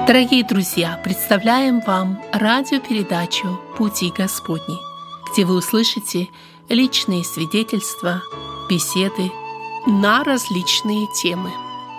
Дорогие друзья, представляем вам радиопередачу «Пути Господни», где вы услышите личные свидетельства, беседы на различные темы.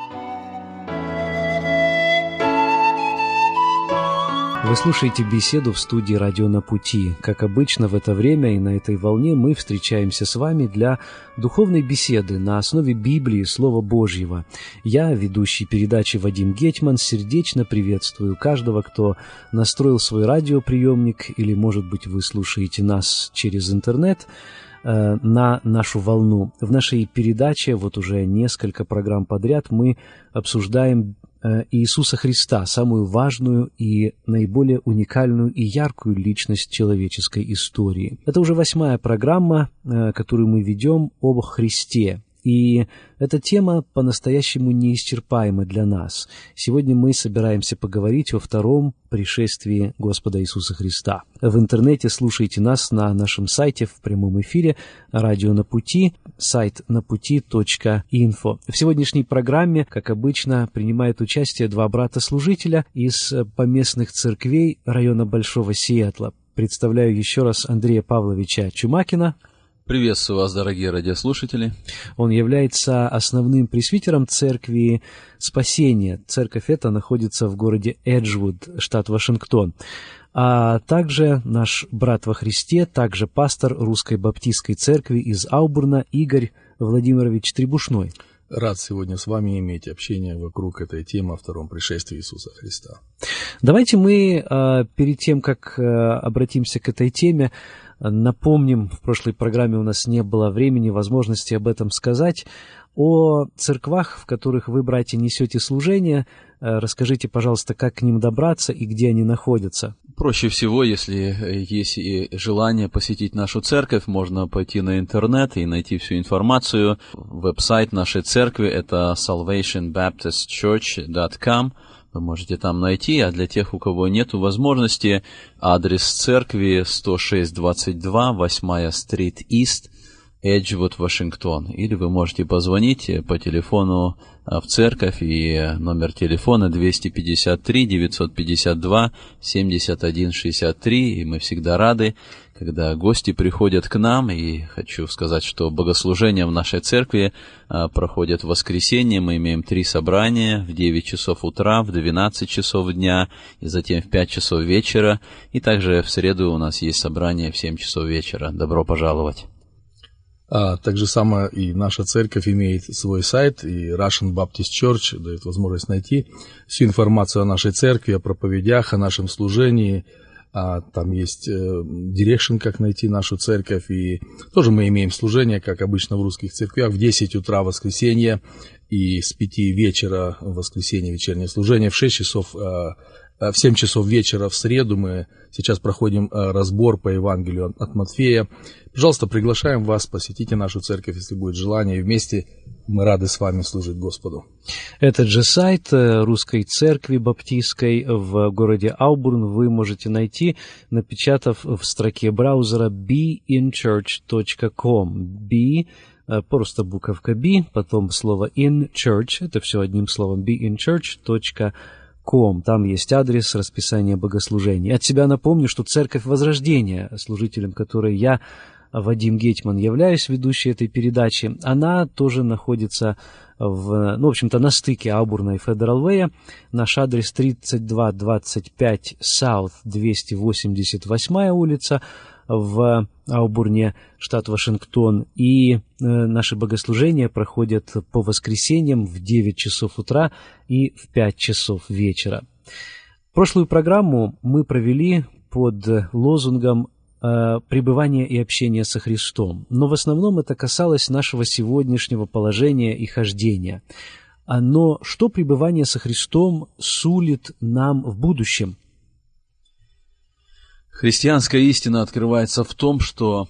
Вы слушаете беседу в студии «Радио на пути». Как обычно, в это время и на этой волне мы встречаемся с вами для духовной беседы на основе Библии, Слова Божьего. Я, ведущий передачи Вадим Гетман, сердечно приветствую каждого, кто настроил свой радиоприемник, или, может быть, вы слушаете нас через интернет, на нашу волну. В нашей передаче, вот уже несколько программ подряд, мы обсуждаем Иисуса Христа, самую важную и наиболее уникальную и яркую личность человеческой истории. Это уже 8-я программа, которую мы ведем об Христе. И эта тема по-настоящему неисчерпаема для нас. Сегодня мы собираемся поговорить о втором пришествии Господа Иисуса Христа. В интернете слушайте нас на нашем сайте в прямом эфире «Радио на пути», сайт напути.инфо. В сегодняшней программе, как обычно, принимают участие два брата-служителя из поместных церквей района Большого Сиэтла. Представляю еще раз Андрея Павловича Чумакина. Приветствую вас, дорогие радиослушатели. Он является основным пресвитером Церкви Спасения. Церковь эта находится в городе Эджвуд, штат Вашингтон. А также наш брат во Христе, также пастор Русской Баптистской Церкви из Аубурна Игорь Владимирович Требушной. Рад сегодня с вами иметь общение вокруг этой темы о втором пришествии Иисуса Христа. Давайте мы перед тем, как обратимся к этой теме, напомним, в прошлой программе у нас не было времени, возможности об этом сказать, о церквах, в которых вы, братья, несете служение. Расскажите, пожалуйста, как к ним добраться и где они находятся. Проще всего, если есть желание посетить нашу церковь, можно пойти на интернет и найти всю информацию. Веб-сайт нашей церкви — это salvationbaptistchurch.com. Вы можете там найти, а для тех, у кого нет возможности, адрес церкви 10622 8-я стрит Ист, Эджвуд, Вашингтон. Или вы можете позвонить по телефону в церковь, и номер телефона 253-952-7163, и мы всегда рады, когда гости приходят к нам. И хочу сказать, что богослужения в нашей церкви проходят в воскресенье. Мы имеем 3 собрания: в 9 часов утра, в 12 часов дня и затем в 5 часов вечера. И также в среду у нас есть собрание в 7 часов вечера. Добро пожаловать! Так же самое и наша церковь имеет свой сайт, и Russian Baptist Church дает возможность найти всю информацию о нашей церкви, о проповедях, о нашем служении. Там есть дирекшн, как найти нашу церковь, и тоже мы имеем служение, как обычно в русских церквях, в 10 утра в воскресенье и с 5 вечера в воскресенье вечернее служение, в 6 часов, в 7 часов вечера в среду мы сейчас проходим разбор по Евангелию от Матфея. Пожалуйста, приглашаем вас, посетите нашу церковь, если будет желание, и вместе мы рады с вами служить Господу. Этот же сайт Русской Церкви Баптистской в городе Аубурн вы можете найти, напечатав в строке браузера beinchurch.com. Просто буковка B, потом слово in church, это все одним словом, beinchurch.com. Там есть адрес, расписание богослужений. От себя напомню, что Церковь Возрождения, служителем которой я, Вадим Гетман, являюсь, ведущей этой передачи, она тоже находится в общем-то, на стыке Аубурна и Федерал-Вэя. Наш адрес 3225 South 288 улица в Аубурне, штат Вашингтон. И наши богослужения проходят по воскресеньям в 9 часов утра и в 5 часов вечера. Прошлую программу мы провели под лозунгом пребывание и общение со Христом. Но в основном это касалось нашего сегодняшнего положения и хождения. Но что пребывание со Христом сулит нам в будущем? Христианская истина открывается в том, что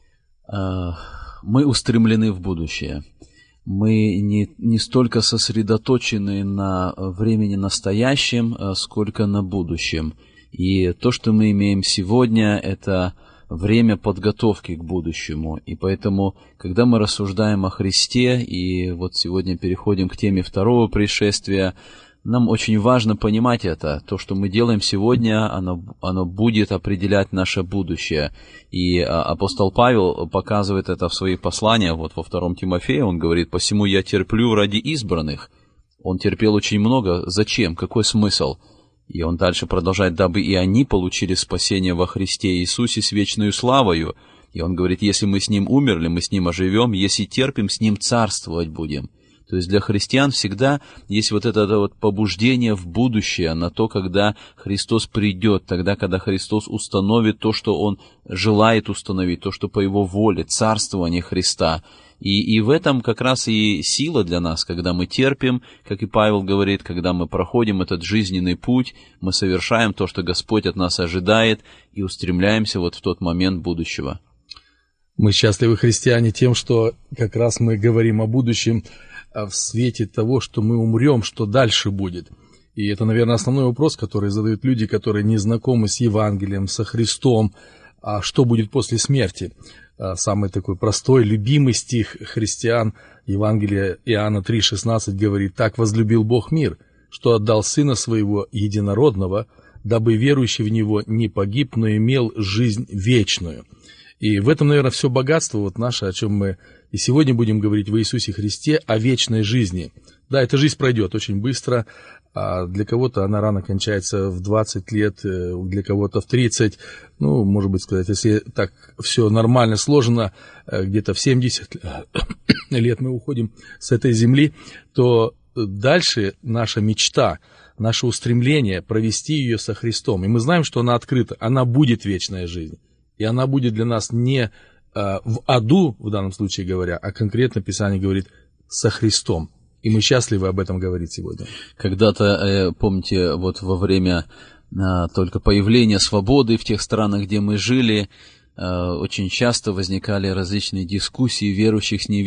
мы устремлены в будущее. Мы не столько сосредоточены на времени настоящем, сколько на будущем. И то, что мы имеем сегодня, это время подготовки к будущему. И поэтому, когда мы рассуждаем о Христе, и вот сегодня переходим к теме второго пришествия, нам очень важно понимать это. То, что мы делаем сегодня, оно будет определять наше будущее. И апостол Павел показывает это в своих посланиях. Вот во 2 Тимофея он говорит: «Посему я терплю ради избранных». Он терпел очень много. Зачем? Какой смысл? И он дальше продолжает: «Дабы и они получили спасение во Христе Иисусе с вечною славою». И он говорит: «Если мы с Ним умерли, мы с Ним оживем, если терпим, с Ним царствовать будем». То есть для христиан всегда есть вот это вот побуждение в будущее, на то, когда Христос придет, тогда, когда Христос установит то, что Он желает установить, то, что по Его воле, царствование Христа. И в этом как раз и сила для нас, когда мы терпим, как и Павел говорит, когда мы проходим этот жизненный путь, мы совершаем то, что Господь от нас ожидает, и устремляемся вот в тот момент будущего. Мы счастливы, христиане, тем, что как раз мы говорим о будущем в свете того, что мы умрем, что дальше будет. И это, наверное, основной вопрос, который задают люди, которые не знакомы с Евангелием, со Христом. А что будет после смерти? Самый такой простой, любимый стих христиан, Евангелие Иоанна 3,16 говорит: «Так возлюбил Бог мир, что отдал Сына Своего Единородного, дабы верующий в Него не погиб, но имел жизнь вечную». И в этом, наверное, все богатство вот наше, о чем мы и сегодня будем говорить в Иисусе Христе, о вечной жизни. Да, эта жизнь пройдет очень быстро, а для кого-то она рано кончается в 20 лет, для кого-то в 30, ну, может быть сказать, если так все нормально сложено, где-то в 70 лет мы уходим с этой земли, то дальше наша мечта, наше устремление провести ее со Христом. И мы знаем, что она открыта, она будет вечная жизнь. И она будет для нас не в аду, в данном случае говоря, а конкретно Писание говорит со Христом. И мы счастливы об этом говорить сегодня. Когда-то, помните, вот во время только появления свободы в тех странах, где мы жили, очень часто возникали различные дискуссии верующих с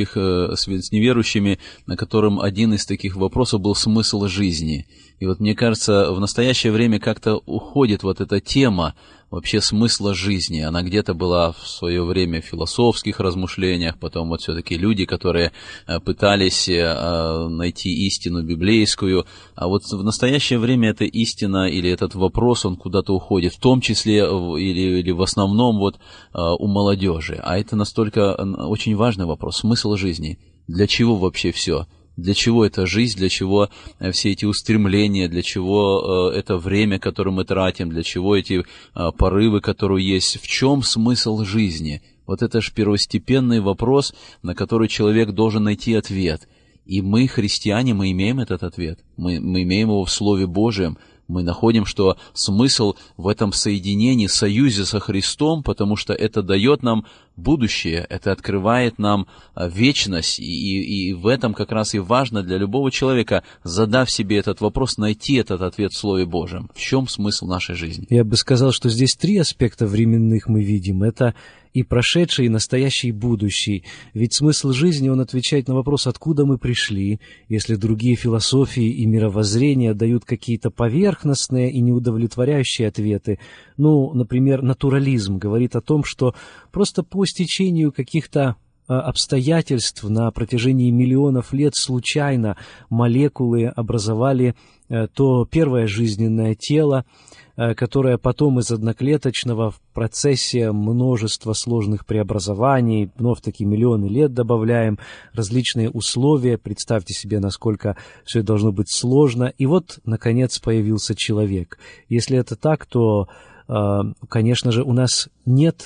неверующими, на котором один из таких вопросов был смысл жизни. И вот мне кажется, в настоящее время как-то уходит вот эта тема вообще смысла жизни. Она где-то была в свое время в философских размышлениях, потом вот все-таки люди, которые пытались найти истину библейскую. А вот в настоящее время эта истина или этот вопрос, он куда-то уходит, в том числе или в основном вот у молодежи. А это настолько очень важный вопрос, смысл жизни. Для чего вообще все? Для чего эта жизнь, для чего все эти устремления, для чего это время, которое мы тратим, для чего эти порывы, которые есть, в чем смысл жизни? Вот это же первостепенный вопрос, на который человек должен найти ответ. И мы, христиане, мы имеем этот ответ. Мы имеем его в Слове Божьем. Мы находим, что смысл в этом соединении, союзе со Христом, потому что это дает нам будущее, это открывает нам вечность, и в этом как раз и важно для любого человека, задав себе этот вопрос, найти этот ответ в Слове Божьем. В чем смысл нашей жизни? Я бы сказал, что здесь 3 аспекта временных мы видим. Это и прошедший, и настоящий, и будущий. Ведь смысл жизни, он отвечает на вопрос, откуда мы пришли, если другие философии и мировоззрения дают какие-то поверхностные и неудовлетворяющие ответы. Ну, например, натурализм говорит о том, что просто по стечению каких-то обстоятельств на протяжении миллионов лет случайно молекулы образовали то первое жизненное тело, которое потом из одноклеточного в процессе множества сложных преобразований, вновь-таки миллионы лет добавляем, различные условия, представьте себе, насколько все это должно быть сложно, и вот, наконец, появился человек. Если это так, то, конечно же, у нас нет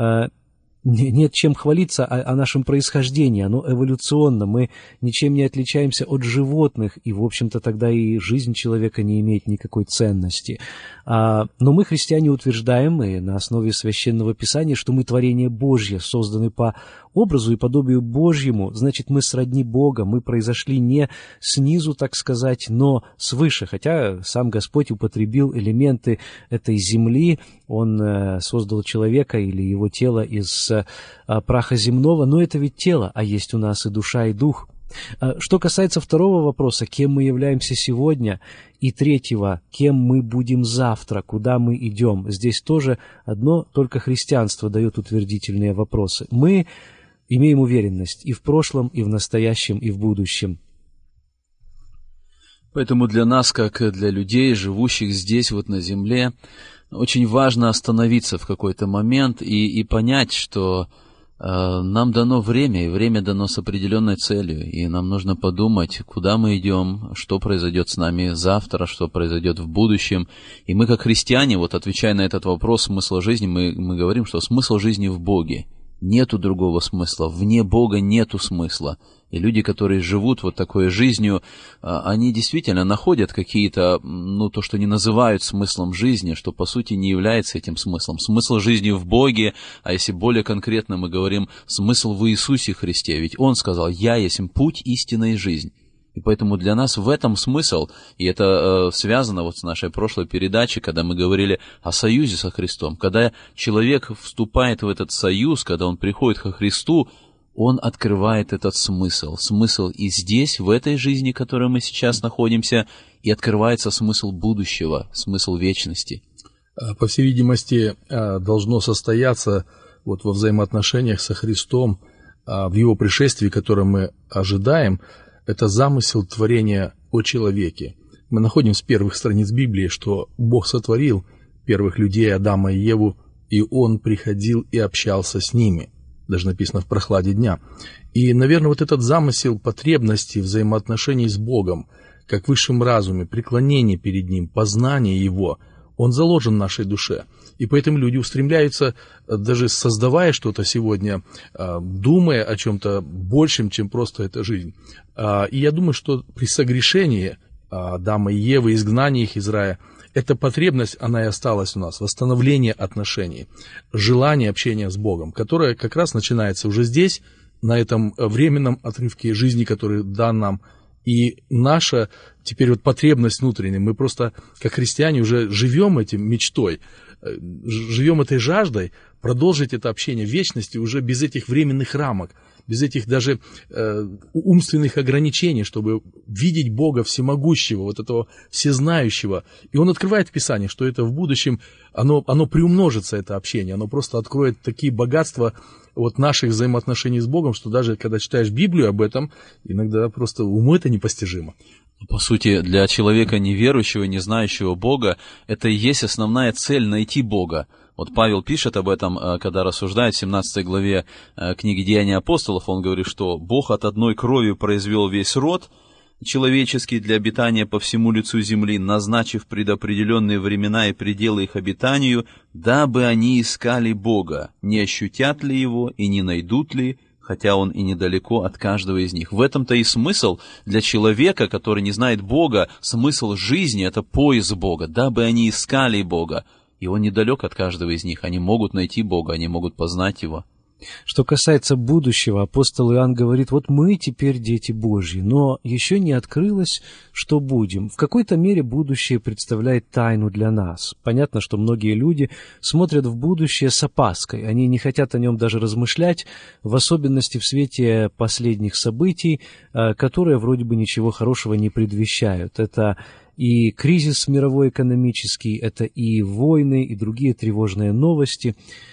чем хвалиться о нашем происхождении, оно эволюционно, мы ничем не отличаемся от животных, и, в общем-то, тогда и жизнь человека не имеет никакой ценности. Но мы, христиане, утверждаем, и на основе Священного Писания, что мы творение Божье, созданы по образу и подобию Божьему, значит, мы сродни Бога, мы произошли не снизу, так сказать, но свыше, хотя сам Господь употребил элементы этой земли, Он создал человека или его тело из праха земного, но это ведь тело, а есть у нас и душа, и дух. Что касается второго вопроса, кем мы являемся сегодня, и третьего, кем мы будем завтра, куда мы идем, здесь тоже одно только христианство дает утвердительные вопросы. Мы имеем уверенность и в прошлом, и в настоящем, и в будущем. Поэтому для нас, как для людей, живущих здесь, вот на земле, очень важно остановиться в какой-то момент и понять, что нам дано время, и время дано с определенной целью, и нам нужно подумать, куда мы идем, что произойдет с нами завтра, что произойдет в будущем. И мы, как христиане, вот отвечая на этот вопрос смысла жизни, мы говорим, что смысл жизни в Боге. Нету другого смысла, вне Бога нету смысла. И люди, которые живут вот такой жизнью, они действительно находят какие-то, то, что они называют смыслом жизни, что по сути не является этим смыслом. Смысл жизни в Боге, а если более конкретно мы говорим, смысл в Иисусе Христе. Ведь Он сказал: «Я есть путь, истина и жизнь». И поэтому для нас в этом смысл, и это связано вот с нашей прошлой передачей, когда мы говорили о союзе со Христом. Когда человек вступает в этот союз, когда он приходит ко Христу, он открывает этот смысл. Смысл и здесь, в этой жизни, в которой мы сейчас находимся, и открывается смысл будущего, смысл вечности. По всей видимости, должно состояться вот во взаимоотношениях со Христом, в Его пришествии, которое мы ожидаем. Это замысел творения о человеке. Мы находим с первых страниц Библии, что Бог сотворил первых людей, Адама и Еву, и Он приходил и общался с ними. Даже написано в прохладе дня. И, наверное, вот этот замысел потребности взаимоотношений с Богом, как в высшем разуме, преклонение перед Ним, познание Его, он заложен в нашей душе. И поэтому люди устремляются, даже создавая что-то сегодня, думая о чем-то большем, чем просто эта жизнь. И я думаю, что при согрешении Адама и Евы, изгнании их из рая, эта потребность, она и осталась у нас, восстановление отношений, желание общения с Богом, которое как раз начинается уже здесь, на этом временном отрывке жизни, который дан нам. И наша теперь вот потребность внутренняя, мы просто, как христиане, уже живем этим мечтой, живем этой жаждой продолжить это общение в вечности уже без этих временных рамок, без этих даже умственных ограничений, чтобы видеть Бога всемогущего, вот этого всезнающего. И он открывает в Писании, что это в будущем, оно приумножится, это общение, оно просто откроет такие богатства вот наших взаимоотношений с Богом, что даже когда читаешь Библию об этом, иногда просто уму это непостижимо. По сути, для человека неверующего, не знающего Бога, это и есть основная цель — найти Бога. Вот Павел пишет об этом, когда рассуждает в 17 главе книги «Деяния апостолов». Он говорит, что Бог от одной крови произвел весь род человеческий для обитания по всему лицу земли, назначив предопределенные времена и пределы их обитанию, дабы они искали Бога, не ощутят ли Его и не найдут ли, хотя Он и недалеко от каждого из них. В этом-то и смысл для человека, который не знает Бога, смысл жизни — это поиск Бога, дабы они искали Бога. И Он недалек от каждого из них. Они могут найти Бога, они могут познать Его. Что касается будущего, апостол Иоанн говорит: вот мы теперь дети Божьи, но еще не открылось, что будем. В какой-то мере будущее представляет тайну для нас. Понятно, что многие люди смотрят в будущее с опаской. Они не хотят о нем даже размышлять, в особенности в свете последних событий, которые вроде бы ничего хорошего не предвещают. Это и кризис мировой экономический, это и войны, и другие тревожные новости.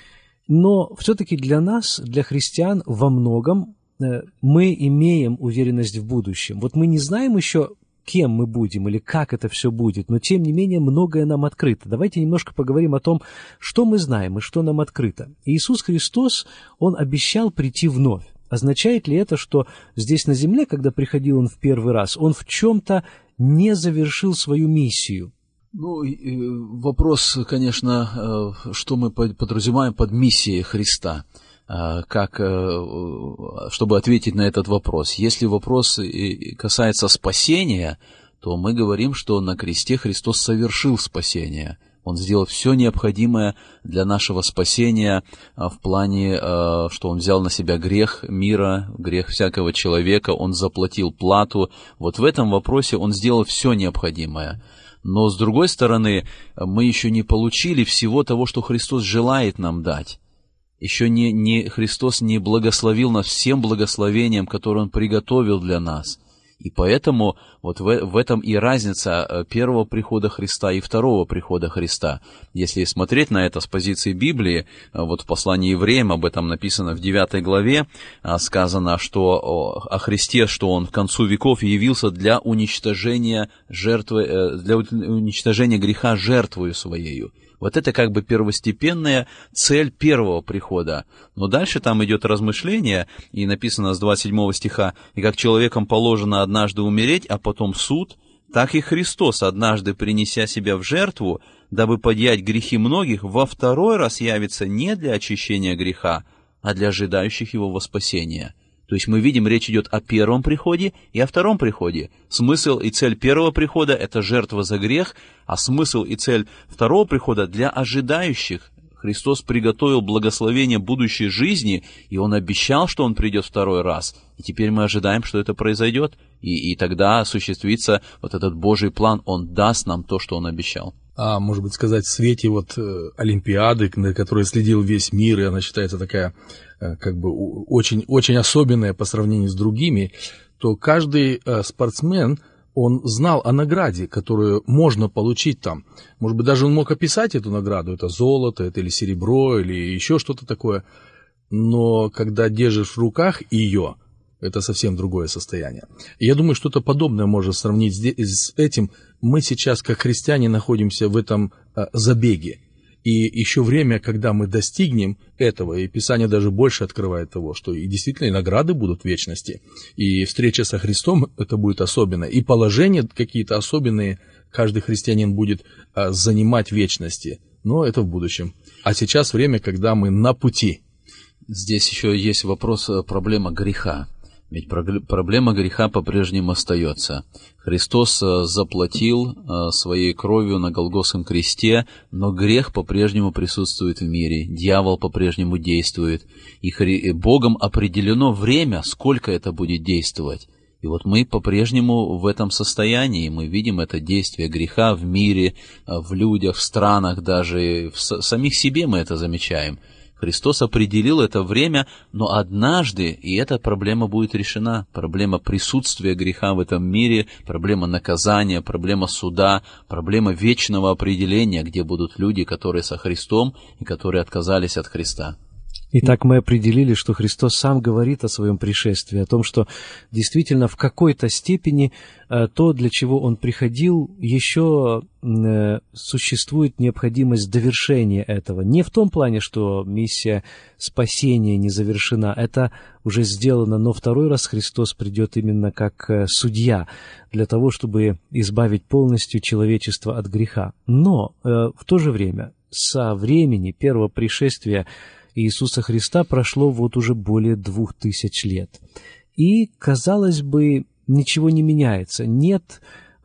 Но все-таки для нас, для христиан, во многом мы имеем уверенность в будущем. Вот мы не знаем еще, кем мы будем или как это все будет, но тем не менее многое нам открыто. Давайте немножко поговорим о том, что мы знаем и что нам открыто. Иисус Христос, Он обещал прийти вновь. Означает ли это, что здесь на земле, когда приходил Он в первый раз, Он в чем-то не завершил свою миссию? Вопрос, конечно, что мы подразумеваем под миссией Христа, чтобы ответить на этот вопрос. Если вопрос касается спасения, то мы говорим, что на кресте Христос совершил спасение. Он сделал все необходимое для нашего спасения в плане, что Он взял на себя грех мира, грех всякого человека, Он заплатил плату. Вот в этом вопросе Он сделал все необходимое. Но, с другой стороны, мы еще не получили всего того, что Христос желает нам дать. Еще Христос не благословил нас всем благословением, которое Он приготовил для нас. И поэтому вот в этом и разница первого прихода Христа и второго прихода Христа. Если смотреть на это с позиции Библии, вот в послании Евреям об этом написано в 9 главе, сказано, что о Христе, что Он к концу веков явился для уничтожения греха жертвою Своею. Вот это как бы первостепенная цель первого прихода. Но дальше там идет размышление, и написано с 27 стиха: «И как человеком положено однажды умереть, а потом суд, так и Христос, однажды принеся себя в жертву, дабы подъять грехи многих, во второй раз явится не для очищения греха, а для ожидающих его во спасение». То есть мы видим, речь идет о первом приходе и о втором приходе. Смысл и цель первого прихода – это жертва за грех, а смысл и цель второго прихода – для ожидающих. Христос приготовил благословение будущей жизни, и Он обещал, что Он придет второй раз. И теперь мы ожидаем, что это произойдет, и тогда осуществится вот этот Божий план, Он даст нам то, что Он обещал. А может быть сказать, в свете вот Олимпиады, на которой следил весь мир, и она считается такая как бы очень, очень особенная по сравнению с другими, то каждый спортсмен, он знал о награде, которую можно получить там. Может быть, даже он мог описать эту награду, это золото, это или серебро, или еще что-то такое. Но когда держишь в руках ее, это совсем другое состояние. И я думаю, что-то подобное можно сравнить с этим. Мы сейчас, как христиане, находимся в этом забеге. И еще время, когда мы достигнем этого, и Писание даже больше открывает того, что и действительно и награды будут в вечности, и встреча со Христом это будет особенно, и положения какие-то особенные каждый христианин будет занимать в вечности, но это в будущем. А сейчас время, когда мы на пути. Здесь еще есть вопрос, проблема греха. Ведь проблема греха по-прежнему остается. Христос заплатил своей кровью на Голгофском кресте, но грех по-прежнему присутствует в мире, дьявол по-прежнему действует, и Богом определено время, сколько это будет действовать. И вот мы по-прежнему в этом состоянии, мы видим это действие греха в мире, в людях, в странах даже, в самих себе мы это замечаем. Христос определил это время, но однажды и эта проблема будет решена. Проблема присутствия греха в этом мире, проблема наказания, проблема суда, проблема вечного определения, где будут люди, которые со Христом и которые отказались от Христа. Итак, мы определили, что Христос сам говорит о своем пришествии, о том, что действительно в какой-то степени то, для чего Он приходил, еще существует необходимость довершения этого. Не в том плане, что миссия спасения не завершена, это уже сделано, но второй раз Христос придет именно как судья для того, чтобы избавить полностью человечество от греха. Но в то же время, со времени первого пришествия Иисуса Христа прошло вот уже более 2000 лет. И, казалось бы, ничего не меняется. Нет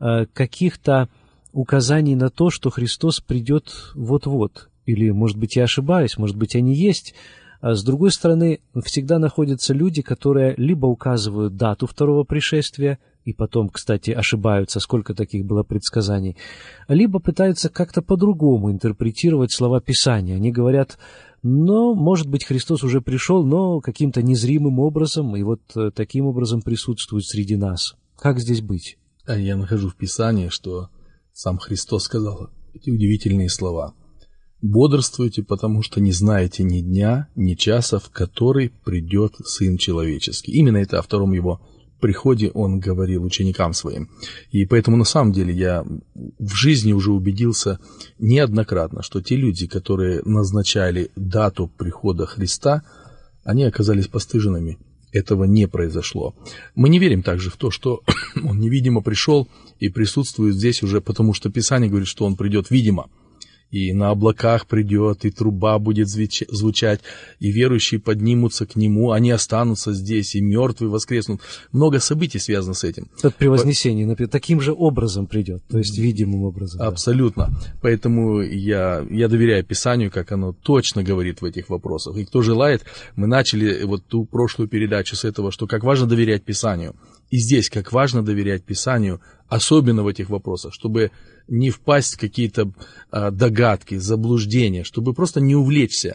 каких-то указаний на то, что Христос придет вот-вот. Или, может быть, я ошибаюсь, может быть, они есть. А с другой стороны, всегда находятся люди, которые либо указывают дату второго пришествия, и потом, кстати, ошибаются, сколько таких было предсказаний, либо пытаются как-то по-другому интерпретировать слова Писания. Они говорят: но, может быть, Христос уже пришел, но каким-то незримым образом, и вот таким образом присутствует среди нас. Как здесь быть? Я нахожу в Писании, что сам Христос сказал эти удивительные слова: «Бодрствуйте, потому что не знаете ни дня, ни часа, в который придет Сын Человеческий». Именно это о втором Его приходе Он говорил ученикам Своим. И поэтому, на самом деле, я в жизни уже убедился неоднократно, что те люди, которые назначали дату прихода Христа, они оказались постыженными. Этого не произошло. Мы не верим также в то, что Он невидимо пришел и присутствует здесь уже, потому что Писание говорит, что Он придет видимо. И на облаках придет, и труба будет звучать, и верующие поднимутся к Нему, они останутся здесь, и мертвые воскреснут. Много событий связано с этим. Это при вознесении, например, таким же образом придет, то есть видимым образом. Абсолютно. Да. Поэтому я доверяю Писанию, как оно точно говорит в этих вопросах. И кто желает, мы начали вот ту прошлую передачу с этого, что как важно доверять Писанию. И здесь как важно доверять Писанию, особенно в этих вопросах, чтобы не впасть в какие-то догадки, заблуждения, чтобы просто не увлечься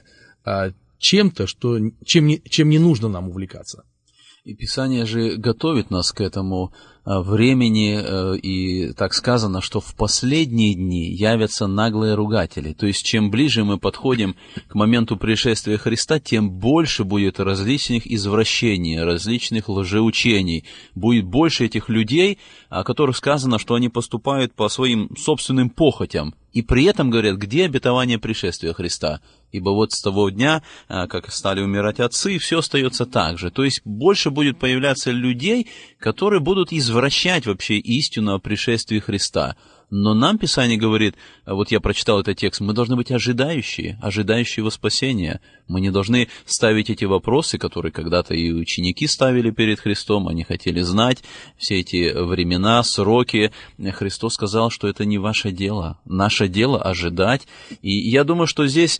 чем-то, чем не нужно нам увлекаться. И Писание же готовит нас к этому. времени, и так сказано, что в последние дни явятся наглые ругатели. То есть, чем ближе мы подходим к моменту пришествия Христа, тем больше будет различных извращений, различных лжеучений. Будет больше этих людей, о которых сказано, что они поступают по своим собственным похотям. И при этом говорят, где обетование пришествия Христа? Ибо вот с того дня, как стали умирать отцы, все остается так же. То есть больше будет появляться людей, которые будут извращать вообще истину о пришествии Христа. Но нам Писание говорит, вот я прочитал этот текст, мы должны быть ожидающие его спасения. Мы не должны ставить эти вопросы, которые когда-то и ученики ставили перед Христом, они хотели знать все эти времена, сроки. Христос сказал, что это не ваше дело. Наше дело ожидать. И я думаю, что здесь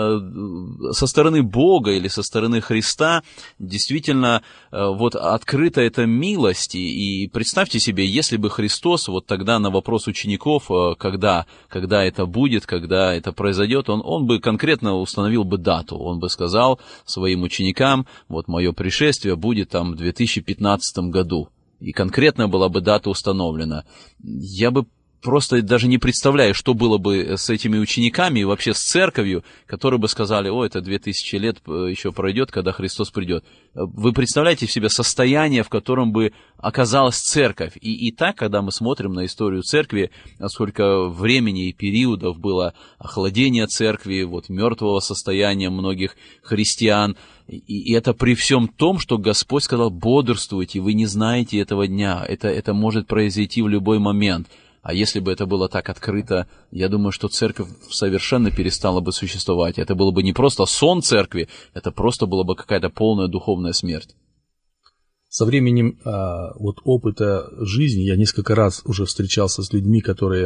со стороны Бога или со стороны Христа действительно вот открыта эта милость. И представьте себе, если бы Христос вот тогда на вопрос учеников, когда это будет, когда это произойдет, он бы конкретно установил бы дату. Он бы сказал своим ученикам, вот мое пришествие будет там в 2015 году. И конкретно была бы дата установлена. Я бы просто даже не представляю, что было бы с этими учениками и вообще с церковью, которые бы сказали, это 2000 лет еще пройдет, когда Христос придет. Вы представляете себе состояние, в котором бы оказалась церковь. И так, когда мы смотрим на историю церкви, сколько времени и периодов было охладения церкви, вот мертвого состояния многих христиан, и это при всем том, что Господь сказал, бодрствуйте, вы не знаете этого дня, это может произойти в любой момент. А если бы это было так открыто, я думаю, что церковь совершенно перестала бы существовать. Это было бы не просто сон церкви, это просто была бы какая-то полная духовная смерть. Со временем вот опыта жизни я несколько раз уже встречался с людьми, которые,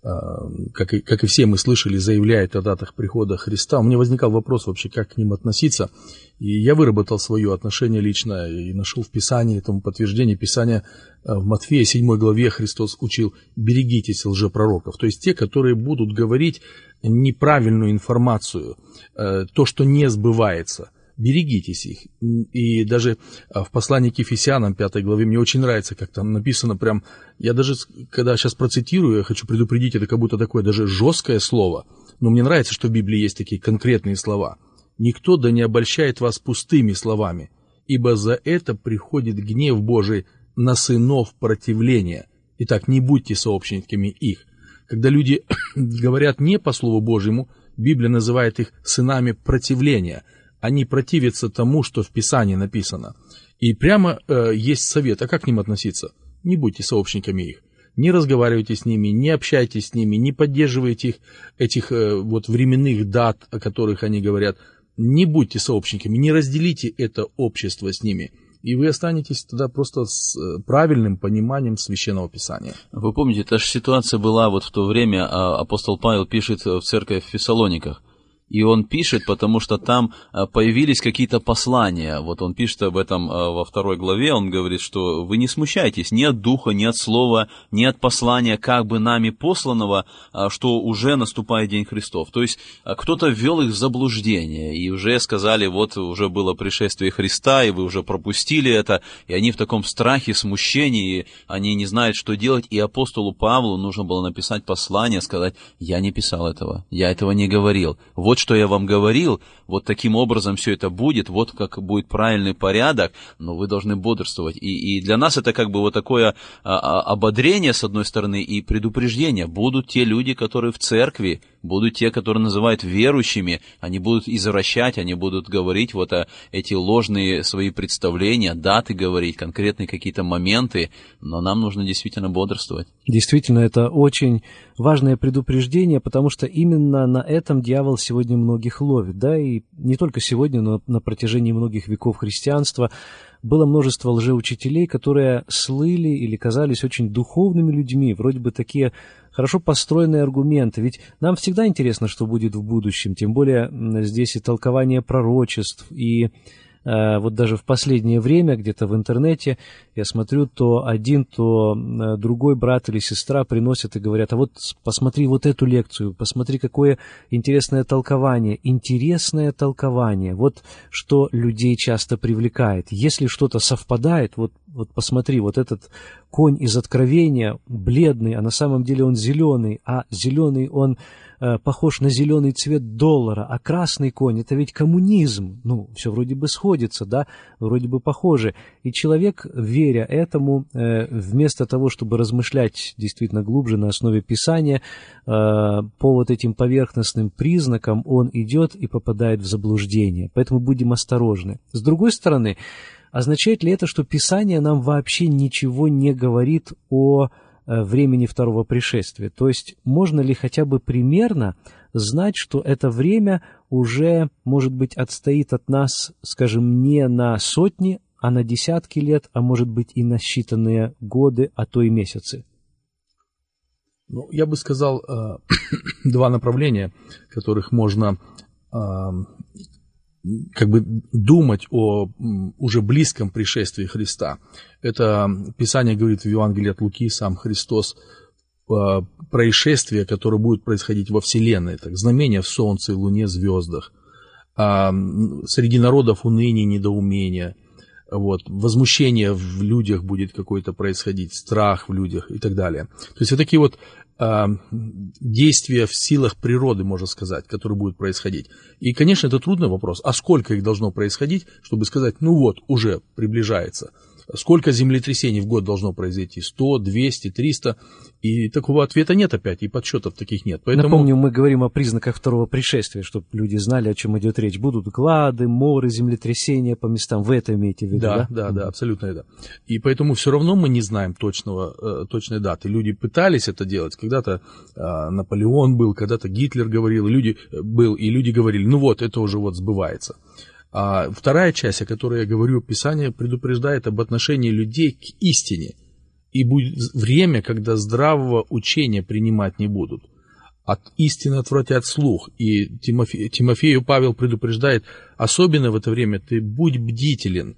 как и все мы слышали, заявляют о датах прихода Христа. У меня возникал вопрос вообще, как к ним относиться. И я выработал свое отношение лично и нашел в Писании этому подтверждение. Писания в Матфея 7 главе Христос учил: берегитесь лжепророков. То есть те, которые будут говорить неправильную информацию, то, что не сбывается. Берегитесь их. И даже в послании к Ефесянам 5 главе мне очень нравится, как там написано прям, я даже, когда сейчас процитирую, я хочу предупредить, это как будто такое даже жесткое слово, но мне нравится, что в Библии есть такие конкретные слова. «Никто да не обольщает вас пустыми словами, ибо за это приходит гнев Божий на сынов противления. Итак, не будьте сообщниками их». Когда люди говорят не по Слову Божьему, Библия называет их сынами противления. Они противятся тому, что в Писании написано. И прямо есть совет, а как к ним относиться? Не будьте сообщниками их. Не разговаривайте с ними, не общайтесь с ними, не поддерживайте этих вот временных дат, о которых они говорят. Не будьте сообщниками, не разделите это общество с ними. И вы останетесь тогда просто с правильным пониманием Священного Писания. Вы помните, та же ситуация была вот в то время, апостол Павел пишет в церковь в Фессалониках. И он пишет, потому что там появились какие-то послания. Вот он пишет об этом во 2 главе. Он говорит, что вы не смущайтесь ни от духа, ни от слова, ни от послания, как бы нами посланного, что уже наступает День Христов. То есть кто-то ввел их в заблуждение, и уже сказали, вот уже было пришествие Христа, и вы уже пропустили это, и они в таком страхе, смущении, они не знают, что делать. И апостолу Павлу нужно было написать послание, сказать: я не писал этого, я этого не говорил. Вот что я вам говорил, вот таким образом все это будет, вот как будет правильный порядок, но вы должны бодрствовать. И для нас это как бы вот такое ободрение, с одной стороны, и предупреждение. Будут те люди, которые в церкви, будут те, которые называют верующими, они будут извращать, они будут говорить вот эти ложные свои представления, даты говорить, конкретные какие-то моменты, но нам нужно действительно бодрствовать. Действительно, это очень важное предупреждение, потому что именно на этом дьявол сегодня многих ловит, да, и не только сегодня, но на протяжении многих веков христианства было множество лжеучителей, которые слыли или казались очень духовными людьми, вроде бы такие хорошо построенные аргументы. Ведь нам всегда интересно, что будет в будущем, тем более здесь и толкование пророчеств, и вот даже в последнее время где-то в интернете я смотрю, то один, то другой брат или сестра приносят и говорят: а вот посмотри вот эту лекцию, посмотри, какое интересное толкование. Интересное толкование. Вот что людей часто привлекает. Если что-то совпадает, вот посмотри, вот этот конь из Откровения бледный, а на самом деле он зеленый, а зеленый он похож на зеленый цвет доллара, а красный конь — это ведь коммунизм. Ну, все вроде бы сходится, да, вроде бы похоже. И человек, веря этому, вместо того, чтобы размышлять действительно глубже на основе Писания, по вот этим поверхностным признакам, он идет и попадает в заблуждение. Поэтому будем осторожны. С другой стороны, означает ли это, что Писание нам вообще ничего не говорит о времени второго пришествия? То есть можно ли хотя бы примерно знать, что это время уже, может быть, отстоит от нас, скажем, не на сотни, а на десятки лет, а может быть и на считанные годы, а то и месяцы? Ну, я бы сказал, два направления, которых можно как бы думать о уже близком пришествии Христа. Это Писание говорит в Евангелии от Луки, сам Христос, происшествия, которые будут происходить во Вселенной, так, знамения в солнце, луне, звездах, среди народов уныние, недоумение, вот, возмущение в людях будет какое-то происходить, страх в людях и так далее. То есть вот такие вот действия в силах природы, можно сказать, которые будут происходить. И, конечно, это трудный вопрос. А сколько их должно происходить, чтобы сказать, ну вот, уже приближается? Сколько землетрясений в год должно произойти? 100, 200, 300? И такого ответа нет опять, и подсчетов таких нет. Поэтому... Напомню, мы говорим о признаках второго пришествия, чтобы люди знали, о чем идет речь. Будут глады, моры, землетрясения по местам. Вы это имеете в виду, да? Да, абсолютно это. И поэтому все равно мы не знаем точной даты. Люди пытались это делать. Когда-то Наполеон был, когда-то Гитлер говорил, и люди говорили, ну вот, это уже вот сбывается. А вторая часть, о которой я говорю, Писание предупреждает об отношении людей к истине. И будет время, когда здравого учения принимать не будут. От истины отвратят слух. И Тимофею Павел предупреждает, особенно в это время ты будь бдителен,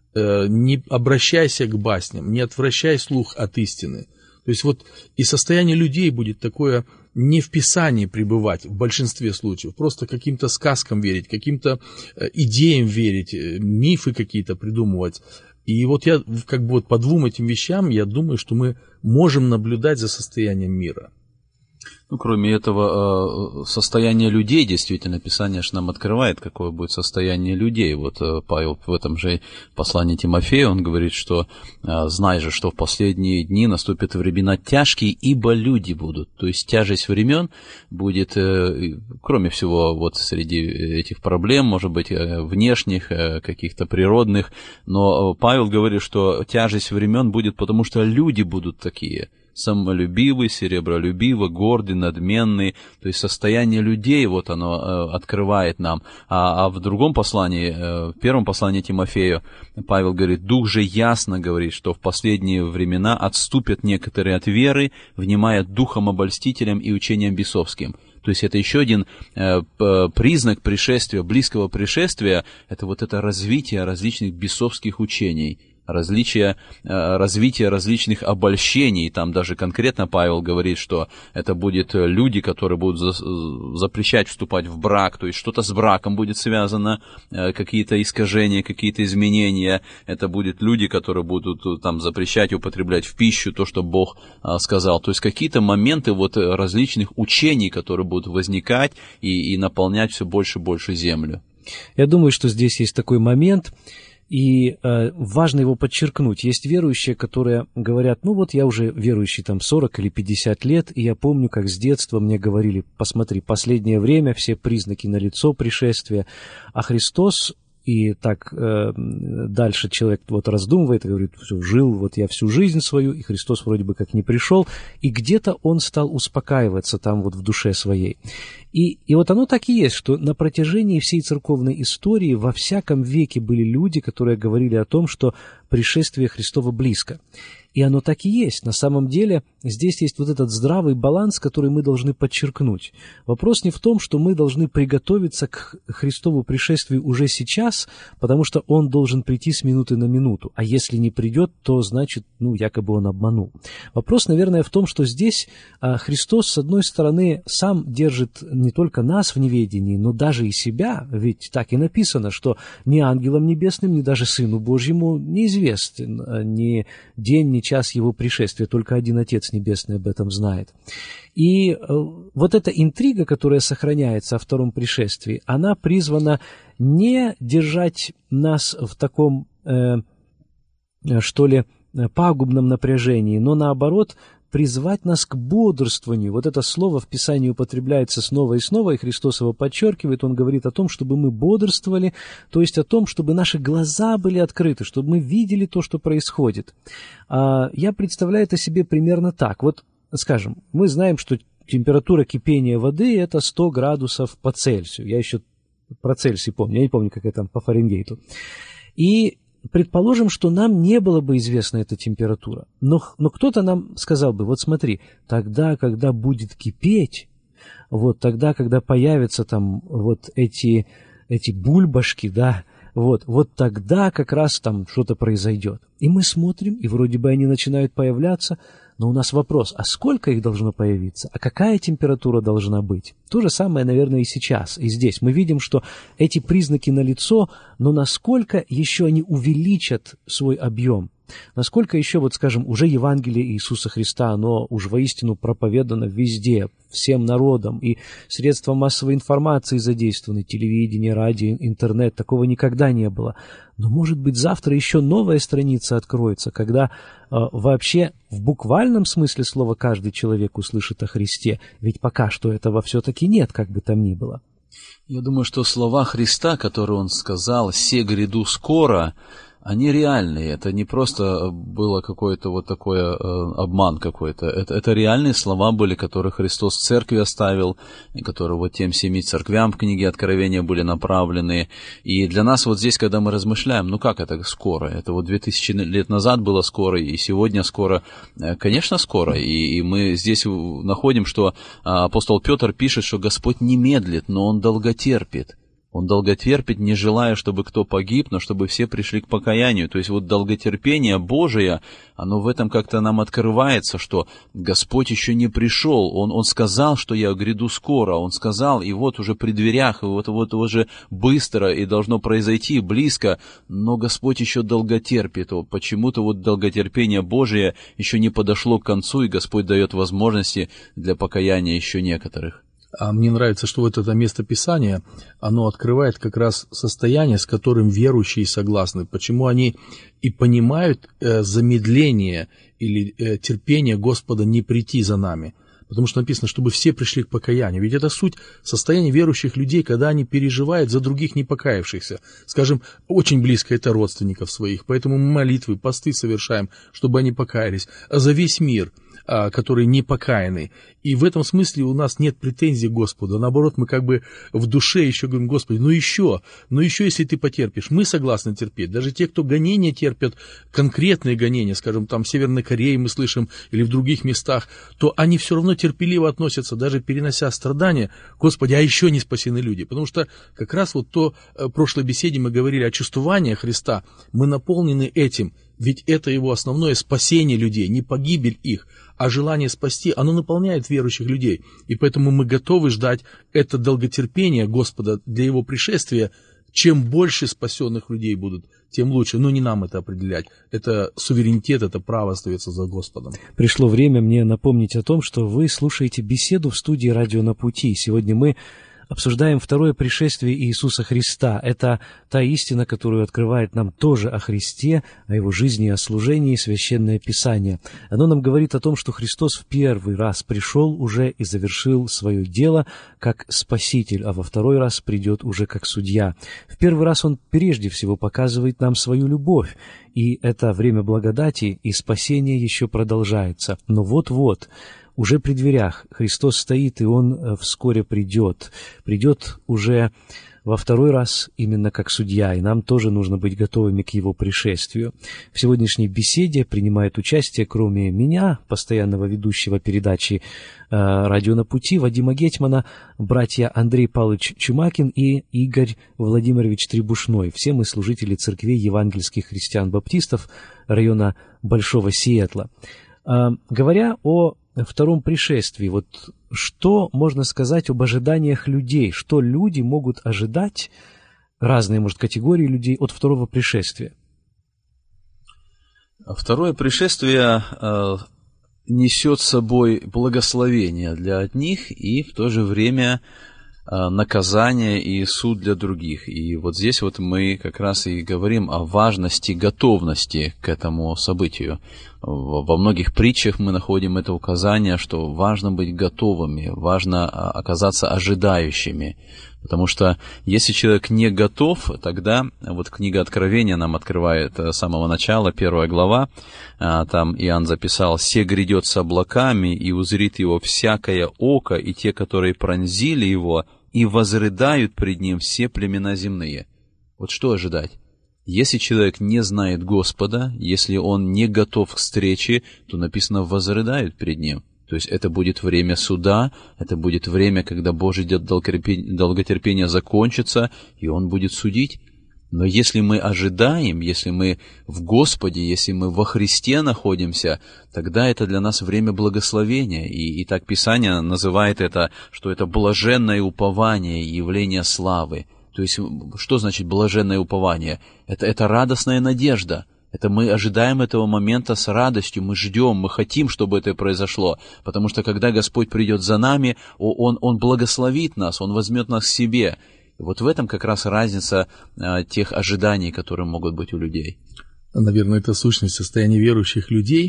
не обращайся к басням, не отвращай слух от истины. То есть вот и состояние людей будет такое, не в Писании пребывать в большинстве случаев, просто каким-то сказкам верить, каким-то идеям верить, мифы какие-то придумывать. И вот я как бы вот по двум этим вещам, я думаю, что мы можем наблюдать за состоянием мира. Ну, кроме этого, состояние людей, действительно, Писание же нам открывает, какое будет состояние людей. Вот Павел в этом же послании Тимофею, он говорит, что знай же, что в последние дни наступят времена тяжкие, ибо люди будут. То есть тяжесть времен будет, кроме всего, вот среди этих проблем, может быть, внешних, каких-то природных, но Павел говорит, что тяжесть времен будет, потому что люди будут такие. Самолюбивый, серебролюбивый, гордый, надменный, то есть состояние людей, вот оно открывает нам. А в другом послании, в первом послании Тимофею, Павел говорит, Дух же ясно говорит, что в последние времена отступят некоторые от веры, внимая духом обольстителям и учениям бесовским. То есть это еще один признак пришествия, близкого пришествия, это вот это развитие различных бесовских учений. Развитие различных обольщений. Там даже конкретно Павел говорит, что это будут люди, которые будут запрещать вступать в брак, то есть что-то с браком будет связано, какие-то искажения, какие-то изменения. Это будут люди, которые будут там запрещать употреблять в пищу то, что Бог сказал. То есть какие-то моменты вот различных учений, которые будут возникать и наполнять все больше и больше землю. Я думаю, что здесь есть такой момент, и важно его подчеркнуть. Есть верующие, которые говорят, ну вот я уже верующий там 40 или 50 лет, и я помню, как с детства мне говорили, посмотри, последнее время, все признаки налицо пришествия, а Христос, и так дальше человек вот раздумывает и говорит, все, жил вот я всю жизнь свою, и Христос вроде бы как не пришел, и где-то он стал успокаиваться там вот в душе своей. И вот оно так и есть, что на протяжении всей церковной истории во всяком веке были люди, которые говорили о том, что пришествие Христово близко. И оно так и есть. На самом деле здесь есть вот этот здравый баланс, который мы должны подчеркнуть. Вопрос не в том, что мы должны приготовиться к Христову пришествию уже сейчас, потому что Он должен прийти с минуты на минуту. А если не придет, то значит, якобы Он обманул. Вопрос, наверное, в том, что здесь Христос, с одной стороны, сам держит не только нас в неведении, но даже и себя. Ведь так и написано, что ни ангелам небесным, ни даже Сыну Божьему неизвестен ни день, ни час Его пришествия. Только один Отец Небесный об этом знает. И вот эта интрига, которая сохраняется о втором пришествии, она призвана не держать нас в таком, пагубном напряжении, но наоборот призвать нас к бодрствованию. Вот это слово в Писании употребляется снова и снова, и Христос его подчеркивает. Он говорит о том, чтобы мы бодрствовали, то есть о том, чтобы наши глаза были открыты, чтобы мы видели то, что происходит. Я представляю это себе примерно так. Вот, скажем, мы знаем, что температура кипения воды – это 100 градусов по Цельсию. Я еще про Цельсий помню, я не помню, как это по Фаренгейту. И предположим, что нам не было бы известна эта температура, но кто-то нам сказал бы, вот смотри, тогда, когда будет кипеть, вот тогда, когда появятся там вот эти бульбашки, да, вот тогда как раз там что-то произойдет. И мы смотрим, и вроде бы они начинают появляться, но у нас вопрос, а сколько их должно появиться, а какая температура должна быть? То же самое, наверное, и сейчас, и здесь. Мы видим, что эти признаки налицо, но насколько еще они увеличат свой объем? Насколько еще, вот скажем, уже Евангелие Иисуса Христа, оно уж воистину проповедано везде, всем народам, и средства массовой информации задействованы, телевидение, радио, интернет, такого никогда не было. Но, может быть, завтра еще новая страница откроется, когда вообще в буквальном смысле слова каждый человек услышит о Христе, ведь пока что этого все-таки нет, как бы там ни было. Я думаю, что слова Христа, которые Он сказал, «Се гряду скоро», они реальные, это не просто было какой-то вот такой обман какой-то, это реальные слова были, которые Христос в церкви оставил, и которые вот тем 7 церквям в книге Откровения были направлены. И для нас вот здесь, когда мы размышляем, как это скоро? Это вот 2000 лет назад было скоро, и сегодня скоро. Конечно, скоро. И мы здесь находим, что апостол Петр пишет, что Господь не медлит, но Он долготерпит. Он долготерпит, не желая, чтобы кто погиб, но чтобы все пришли к покаянию. То есть вот долготерпение Божие, оно в этом как-то нам открывается, что Господь еще не пришел. Он сказал, что я гряду скоро. Он сказал, и вот уже при дверях, и вот уже быстро, и должно произойти близко. Но Господь еще долготерпит. Почему-то вот долготерпение Божие еще не подошло к концу, и Господь дает возможности для покаяния еще некоторых. А мне нравится, что вот это место Писания, оно открывает как раз состояние, с которым верующие согласны. Почему они и понимают замедление или терпение Господа не прийти за нами. Потому что написано, чтобы все пришли к покаянию. Ведь это суть состояния верующих людей, когда они переживают за других не покаявшихся. Скажем, очень близко это родственников своих. Поэтому мы молитвы, посты совершаем, чтобы они покаялись. А за весь мир, который не покаянный. И в этом смысле у нас нет претензий к Господу. Наоборот, мы как бы в душе еще говорим, Господи, еще, если ты потерпишь. Мы согласны терпеть. Даже те, кто гонения терпят, конкретные гонения, скажем, там в Северной Корее мы слышим, или в других местах, то они все равно терпеливо относятся, даже перенося страдания. Господи, а еще не спасены люди. Потому что как раз вот в прошлой беседе мы говорили о чувствовании Христа. Мы наполнены этим. Ведь это его основное спасение людей, не погибель их, а желание спасти, оно наполняет верующих людей. И поэтому мы готовы ждать это долготерпение Господа для его пришествия. Чем больше спасенных людей будут, тем лучше. Но не нам это определять. Это суверенитет, это право остается за Господом. Пришло время мне напомнить о том, что вы слушаете беседу в студии «Радио на пути». Сегодня мы обсуждаем второе пришествие Иисуса Христа. Это та истина, которую открывает нам тоже о Христе, о Его жизни и о служении Священное Писание. Оно нам говорит о том, что Христос в первый раз пришел уже и завершил свое дело как Спаситель, а во второй раз придет уже как Судья. В первый раз Он прежде всего показывает нам свою любовь, и это время благодати и спасения еще продолжается. Но вот-вот, уже при дверях Христос стоит, и Он вскоре придет. Придет уже во второй раз именно как судья, и нам тоже нужно быть готовыми к его пришествию. В сегодняшней беседе принимает участие, кроме меня, постоянного ведущего передачи «Радио на пути», Вадима Гетмана, братья Андрей Павлович Чумакин и Игорь Владимирович Требушной. Все мы служители церквей евангельских христиан-баптистов района Большого Сиэтла. Говоря о втором пришествии, вот что можно сказать об ожиданиях людей? Что люди могут ожидать, разные, может, категории людей, от второго пришествия? Второе пришествие несет с собой благословение для одних и в то же время наказание и суд для других. И вот здесь вот мы как раз и говорим о важности готовности к этому событию. Во многих притчах мы находим это указание, что важно быть готовыми, важно оказаться ожидающими. Потому что если человек не готов, тогда вот книга Откровения нам открывает с самого начала, 1 глава, там Иоанн записал: «Се грядет с облаками, и узрит его всякое око, и те, которые пронзили его, и возрыдают пред ним все племена земные». Вот что ожидать? Если человек не знает Господа, если он не готов к встрече, то написано «возрыдают пред ним». То есть это будет время суда, это будет время, когда Божий долготерпение закончится, и Он будет судить. Но если мы ожидаем, если мы в Господе, если мы во Христе находимся, тогда это для нас время благословения. И так Писание называет это, что это блаженное упование, явление славы. То есть что значит блаженное упование? Это радостная надежда. Это мы ожидаем этого момента с радостью, мы ждем, мы хотим, чтобы это произошло. Потому что когда Господь придет за нами, Он благословит нас, Он возьмет нас к себе. И вот в этом как раз разница тех ожиданий, которые могут быть у людей. Наверное, это сущность состояния верующих людей,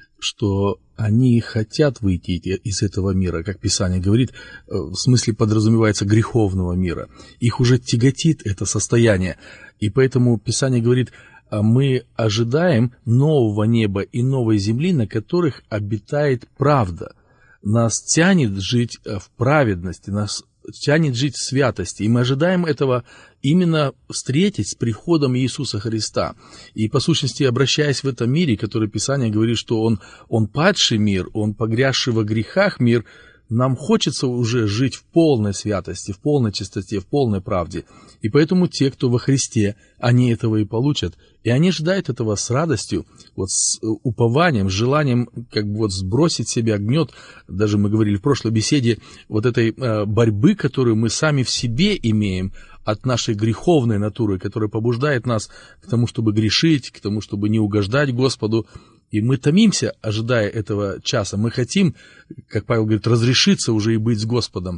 что они хотят выйти из этого мира, как Писание говорит, в смысле подразумевается греховного мира. Их уже тяготит это состояние. И поэтому Писание говорит: мы ожидаем нового неба и новой земли, на которых обитает правда. Нас тянет жить в праведности, нас тянет жить в святости. И мы ожидаем этого именно встретить с приходом Иисуса Христа. И по сущности, обращаясь в этом мире, который Писание говорит, что он падший мир, он погрязший во грехах мир, нам хочется уже жить в полной святости, в полной чистоте, в полной правде. И поэтому те, кто во Христе, они этого и получат. И они ожидают этого с радостью, вот с упованием, с желанием как бы вот сбросить с себя гнет. Даже мы говорили в прошлой беседе, вот этой борьбы, которую мы сами в себе имеем от нашей греховной натуры, которая побуждает нас к тому, чтобы грешить, к тому, чтобы не угождать Господу. И мы томимся, ожидая этого часа. Мы хотим, как Павел говорит, разрешиться уже и быть с Господом.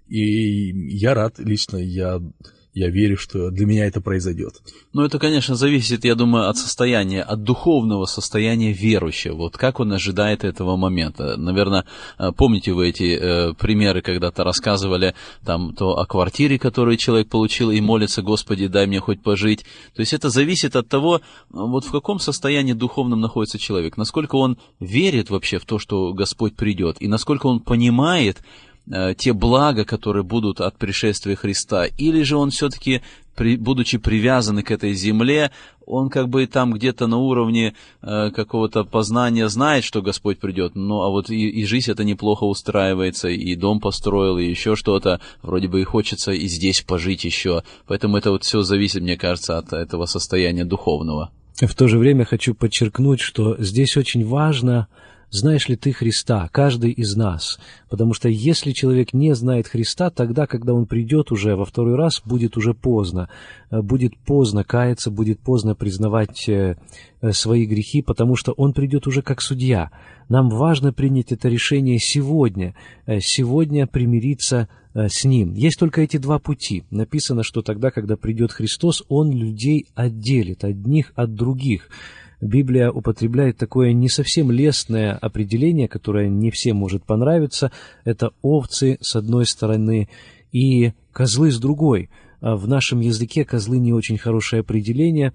И я рад лично, я верю, что для меня это произойдет. Ну, это, конечно, зависит, я думаю, от состояния, от духовного состояния верующего. Вот как он ожидает этого момента. Наверное, помните вы эти примеры, когда-то рассказывали там то о квартире, которую человек получил, и молится: «Господи, дай мне хоть пожить». То есть это зависит от того, вот в каком состоянии духовном находится человек, насколько он верит вообще в то, что Господь придет, и насколько он понимает те блага, которые будут от пришествия Христа, или же он все-таки, будучи привязан к этой земле, он как бы там где-то на уровне какого-то познания знает, что Господь придет, ну а вот и жизнь это неплохо устраивается, и дом построил, и еще что-то, вроде бы и хочется и здесь пожить еще, поэтому это вот все зависит, мне кажется, от этого состояния духовного. В то же время хочу подчеркнуть, что здесь очень важно, знаешь ли ты Христа, каждый из нас. Потому что если человек не знает Христа, тогда, когда он придет уже во второй раз, будет уже поздно. Будет поздно каяться, будет поздно признавать свои грехи, потому что он придет уже как судья. Нам важно принять это решение сегодня примириться с Ним. Есть только эти два пути. Написано, что тогда, когда придет Христос, Он людей отделит, одних от других. Библия употребляет такое не совсем лестное определение, которое не всем может понравиться. Это овцы с одной стороны и козлы с другой. В нашем языке козлы не очень хорошее определение.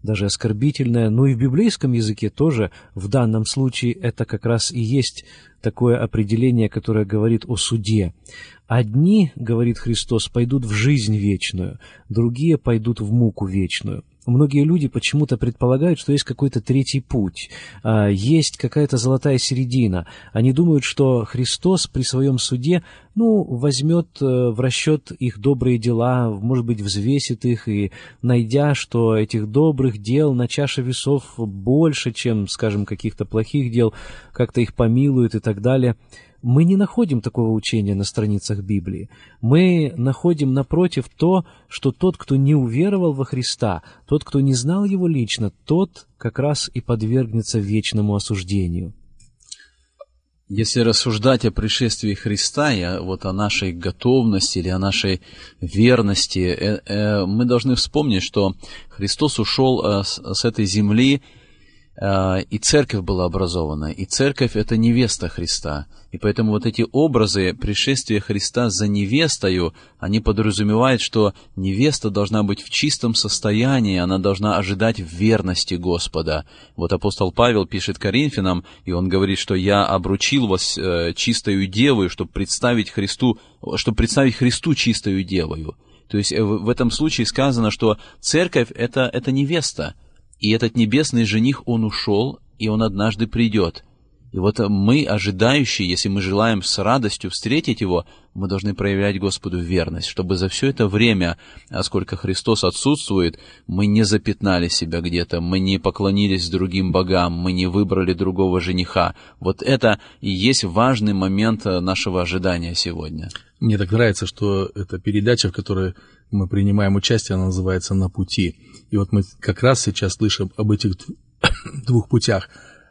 даже оскорбительное. Ну и в библейском языке тоже в данном случае это как раз и есть такое определение, которое говорит о суде. Одни, говорит Христос, пойдут в жизнь вечную, другие пойдут в муку вечную. Многие люди почему-то предполагают, что есть какой-то третий путь, есть какая-то золотая середина. Они думают, что Христос при своем суде, возьмет в расчет их добрые дела, может быть, взвесит их, и найдя, что этих добрых дел на чаше весов больше, чем, скажем, каких-то плохих дел, как-то их помилует и так далее. Мы не находим такого учения на страницах Библии. Мы находим, напротив, то, что тот, кто не уверовал во Христа, тот, кто не знал Его лично, тот как раз и подвергнется вечному осуждению. Если рассуждать о пришествии Христа и о нашей готовности или о нашей верности, мы должны вспомнить, что Христос ушел с этой земли, и церковь была образована, и церковь — это невеста Христа. И поэтому эти образы пришествия Христа за невестою, они подразумевают, что невеста должна быть в чистом состоянии, она должна ожидать верности Господа. Апостол Павел пишет Коринфянам, и он говорит, что «я обручил вас чистою девою, чтобы представить Христу чистою девою». То есть в этом случае сказано, что церковь — это невеста. И этот небесный жених, он ушел, и он однажды придет. И мы, ожидающие, если мы желаем с радостью встретить его, мы должны проявлять Господу верность, чтобы за все это время, сколько Христос отсутствует, мы не запятнали себя где-то, мы не поклонились другим богам, мы не выбрали другого жениха. Это и есть важный момент нашего ожидания сегодня. Мне так нравится, что эта передача, в которой мы принимаем участие, она называется «На пути». И мы как раз сейчас слышим об этих двух путях.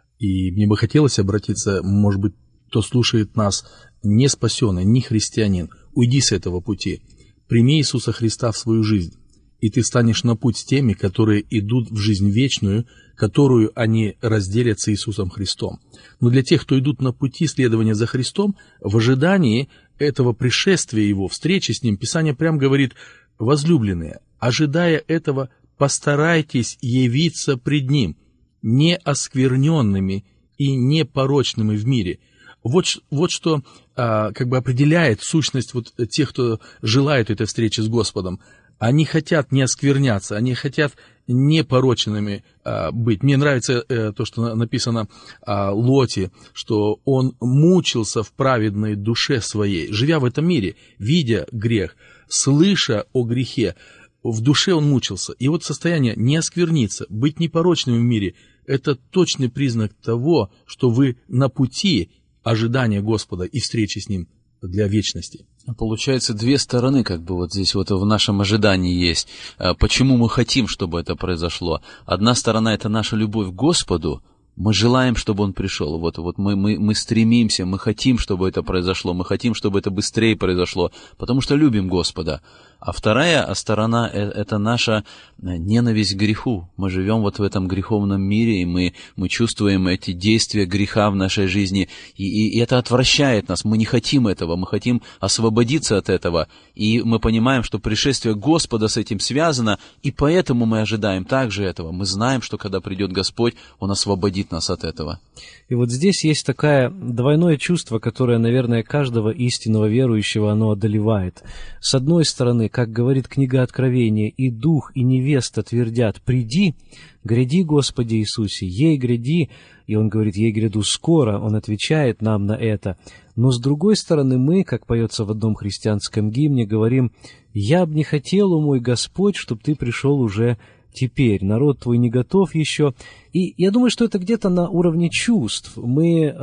И мне бы хотелось обратиться, может быть, кто слушает нас, не спасенный, не христианин. Уйди с этого пути. Прими Иисуса Христа в свою жизнь. И ты станешь на путь с теми, которые идут в жизнь вечную, которую они разделят с Иисусом Христом. Но для тех, кто идут на пути следования за Христом, в ожидании этого пришествия Его, встречи с Ним, Писание прям говорит: возлюбленные, ожидая этого, постарайтесь явиться пред Ним, не оскверненными и непорочными в мире. Вот что определяет сущность тех, кто желает этой встречи с Господом. Они хотят не оскверняться, они хотят непорочными быть. Мне нравится то, что написано о Лоте, что он мучился в праведной душе своей, живя в этом мире, видя грех, слыша о грехе, в душе он мучился. И состояние не оскверниться, быть непорочным в мире — это точный признак того, что вы на пути ожидания Господа и встречи с Ним для вечности. Получается, две стороны здесь в нашем ожидании есть. Почему мы хотим, чтобы это произошло? Одна сторона — это наша любовь к Господу. Мы желаем, чтобы Он пришел. Мы стремимся, мы хотим, чтобы это произошло, мы хотим, чтобы это быстрее произошло, потому что любим Господа. А вторая сторона — это наша ненависть к греху. Мы живем в этом греховном мире, и мы чувствуем эти действия греха в нашей жизни, и это отвращает нас. Мы не хотим этого, мы хотим освободиться от этого. И мы понимаем, что пришествие Господа с этим связано, и поэтому мы ожидаем также этого. Мы знаем, что когда придет Господь, Он освободит нас от этого. И здесь есть такое двойное чувство, которое, наверное, каждого истинного верующего оно одолевает. С одной стороны, как говорит книга Откровения, и дух, и невеста твердят: «Приди, гряди, Господи Иисусе, ей гряди». И он говорит: «Ей гряду скоро». Он отвечает нам на это. Но с другой стороны, мы, как поется в одном христианском гимне, говорим: «Я б не хотел, о мой Господь, чтоб ты пришел уже теперь, народ твой не готов еще». И я думаю, что это где-то на уровне чувств. Мы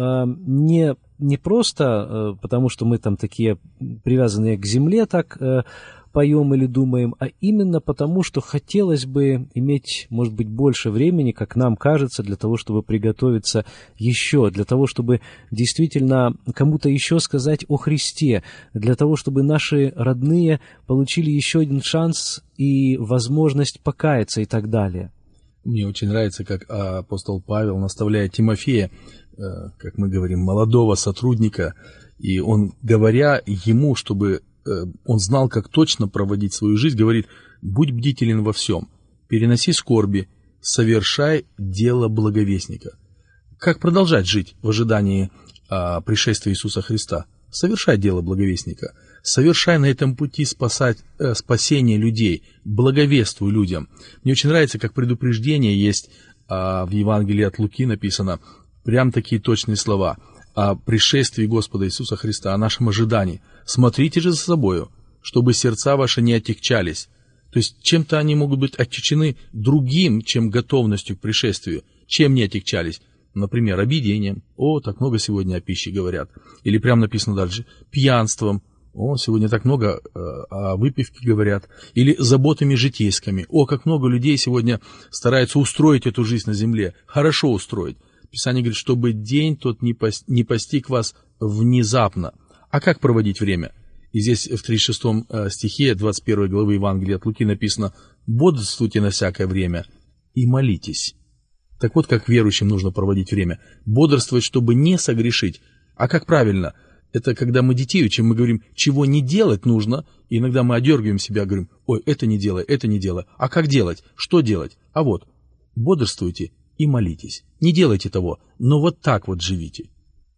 не просто потому, что мы такие привязанные к земле так поем или думаем, а именно потому, что хотелось бы иметь, может быть, больше времени, как нам кажется, для того, чтобы приготовиться еще, для того, чтобы действительно кому-то еще сказать о Христе, для того, чтобы наши родные получили еще один шанс и возможность покаяться и так далее. Мне очень нравится, как апостол Павел наставляет Тимофея, как мы говорим, молодого сотрудника, и он, говоря ему, чтобы он знал, как точно проводить свою жизнь, говорит: «Будь бдителен во всем, переноси скорби, совершай дело благовестника. Как продолжать жить в ожидании пришествия Иисуса Христа? Совершай дело благовестника. Совершай на этом пути спасение людей, благовествуй людям. Мне очень нравится, как предупреждение есть в Евангелии от Луки написано, прям такие точные слова о пришествии Господа Иисуса Христа, о нашем ожидании. Смотрите же за собою, чтобы сердца ваши не отягчались. То есть чем-то они могут быть отягчены другим, чем готовностью к пришествию. Чем не отягчались? Например, объедением. Так много сегодня о пище говорят. Или прям написано дальше, пьянством. Сегодня так много о выпивке говорят. Или заботами житейскими. Как много людей сегодня стараются устроить эту жизнь на земле. Хорошо устроить. Писание говорит, чтобы день тот не постиг вас внезапно. А как проводить время? И здесь в 36 стихе 21 главы Евангелия от Луки написано: «Бодрствуйте на всякое время и молитесь». Так вот, как верующим нужно проводить время. Бодрствовать, чтобы не согрешить. А как правильно? Это когда мы детей учим, мы говорим, чего не делать нужно, и иногда мы одергиваем себя, говорим, это не делай, это не делай. А как делать? Что делать? Бодрствуйте и молитесь. Не делайте того, но вот так вот живите.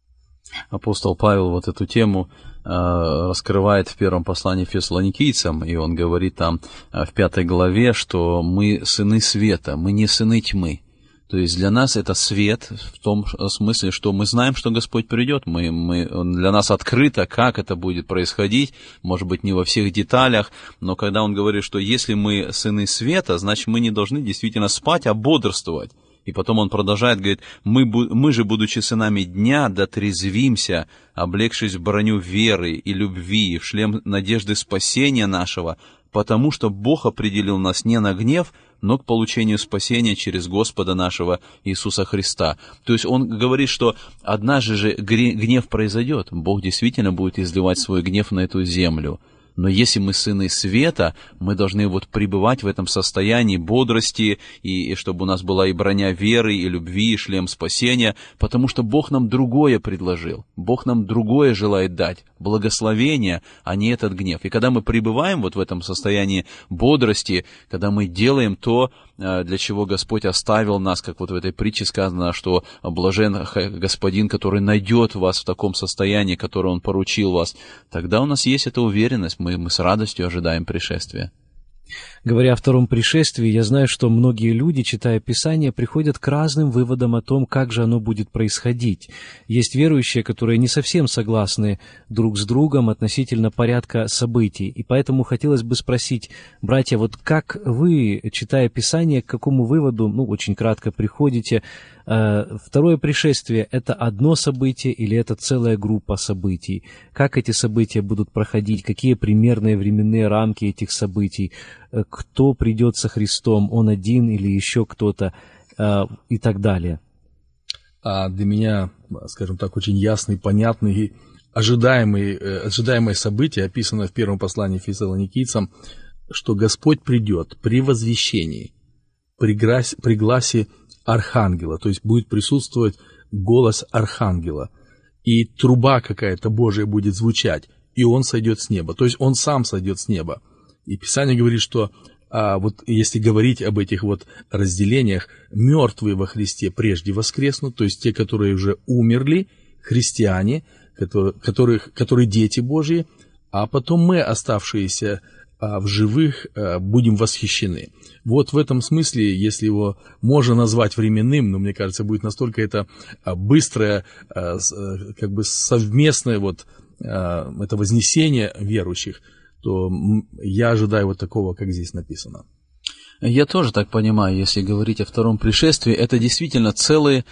Апостол Павел эту тему раскрывает в первом послании Фессалоникийцам, и он говорит там в 5 главе, что мы сыны света, мы не сыны тьмы. То есть для нас это свет в том смысле, что мы знаем, что Господь придет, для нас открыто, как это будет происходить, может быть, не во всех деталях, но когда он говорит, что если мы сыны света, значит, мы не должны действительно спать, а бодрствовать. И потом он продолжает, говорит, мы же, будучи сынами дня, дотрезвимся, облегшись в броню веры и любви, в шлем надежды спасения нашего, потому что Бог определил нас не на гнев, но к получению спасения через Господа нашего Иисуса Христа. То есть он говорит, что однажды же гнев произойдет, Бог действительно будет изливать свой гнев на эту землю. Но если мы сыны света, мы должны пребывать в этом состоянии бодрости, и чтобы у нас была и броня веры, и любви, и шлем спасения, потому что Бог нам другое предложил, Бог нам другое желает дать, благословение, а не этот гнев. И когда мы пребываем в этом состоянии бодрости, когда мы делаем то, для чего Господь оставил нас, как в этой притче сказано, что блажен Господин, который найдет вас в таком состоянии, которое Он поручил вас, тогда у нас есть эта уверенность, мы с радостью ожидаем пришествия. Говоря о втором пришествии, я знаю, что многие люди, читая Писание, приходят к разным выводам о том, как же оно будет происходить. Есть верующие, которые не совсем согласны друг с другом относительно порядка событий. И поэтому хотелось бы спросить, братья, как вы, читая Писание, к какому выводу, очень кратко приходите? Второе пришествие — это одно событие или это целая группа событий? Как эти события будут проходить? Какие примерные временные рамки этих событий? Кто придет со Христом? Он один или еще кто-то? И так далее. Для меня, скажем так, очень ясный, понятный и ожидаемое событие описано в первом послании Фессалоникийцам, что Господь придет при возвещении, при гласе архангела, то есть будет присутствовать голос архангела, и труба какая-то Божия будет звучать, и Он сойдет с неба, то есть Он сам сойдет с неба. И Писание говорит, что если говорить об этих разделениях, мертвые во Христе прежде воскреснут, то есть те, которые уже умерли, христиане, которые дети Божьи, а потом мы, оставшиеся в живых, будем восхищены. В этом смысле, если его можно назвать временным, но мне кажется, будет настолько это быстрое, совместное это вознесение верующих, то я ожидаю такого, как здесь написано. Я тоже так понимаю, если говорить о втором пришествии, это действительно целый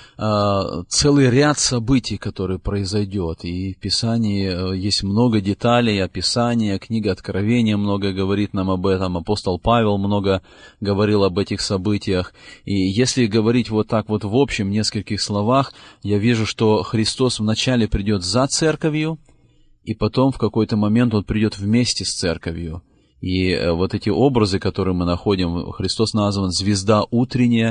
ряд событий, который произойдет. И в Писании есть много деталей, описания, книга Откровения много говорит нам об этом, апостол Павел много говорил об этих событиях. И если говорить в общем, в нескольких словах, я вижу, что Христос вначале придет за церковью, и потом в какой-то момент Он придет вместе с церковью. И эти образы, которые мы находим, Христос назван «звезда утренняя»,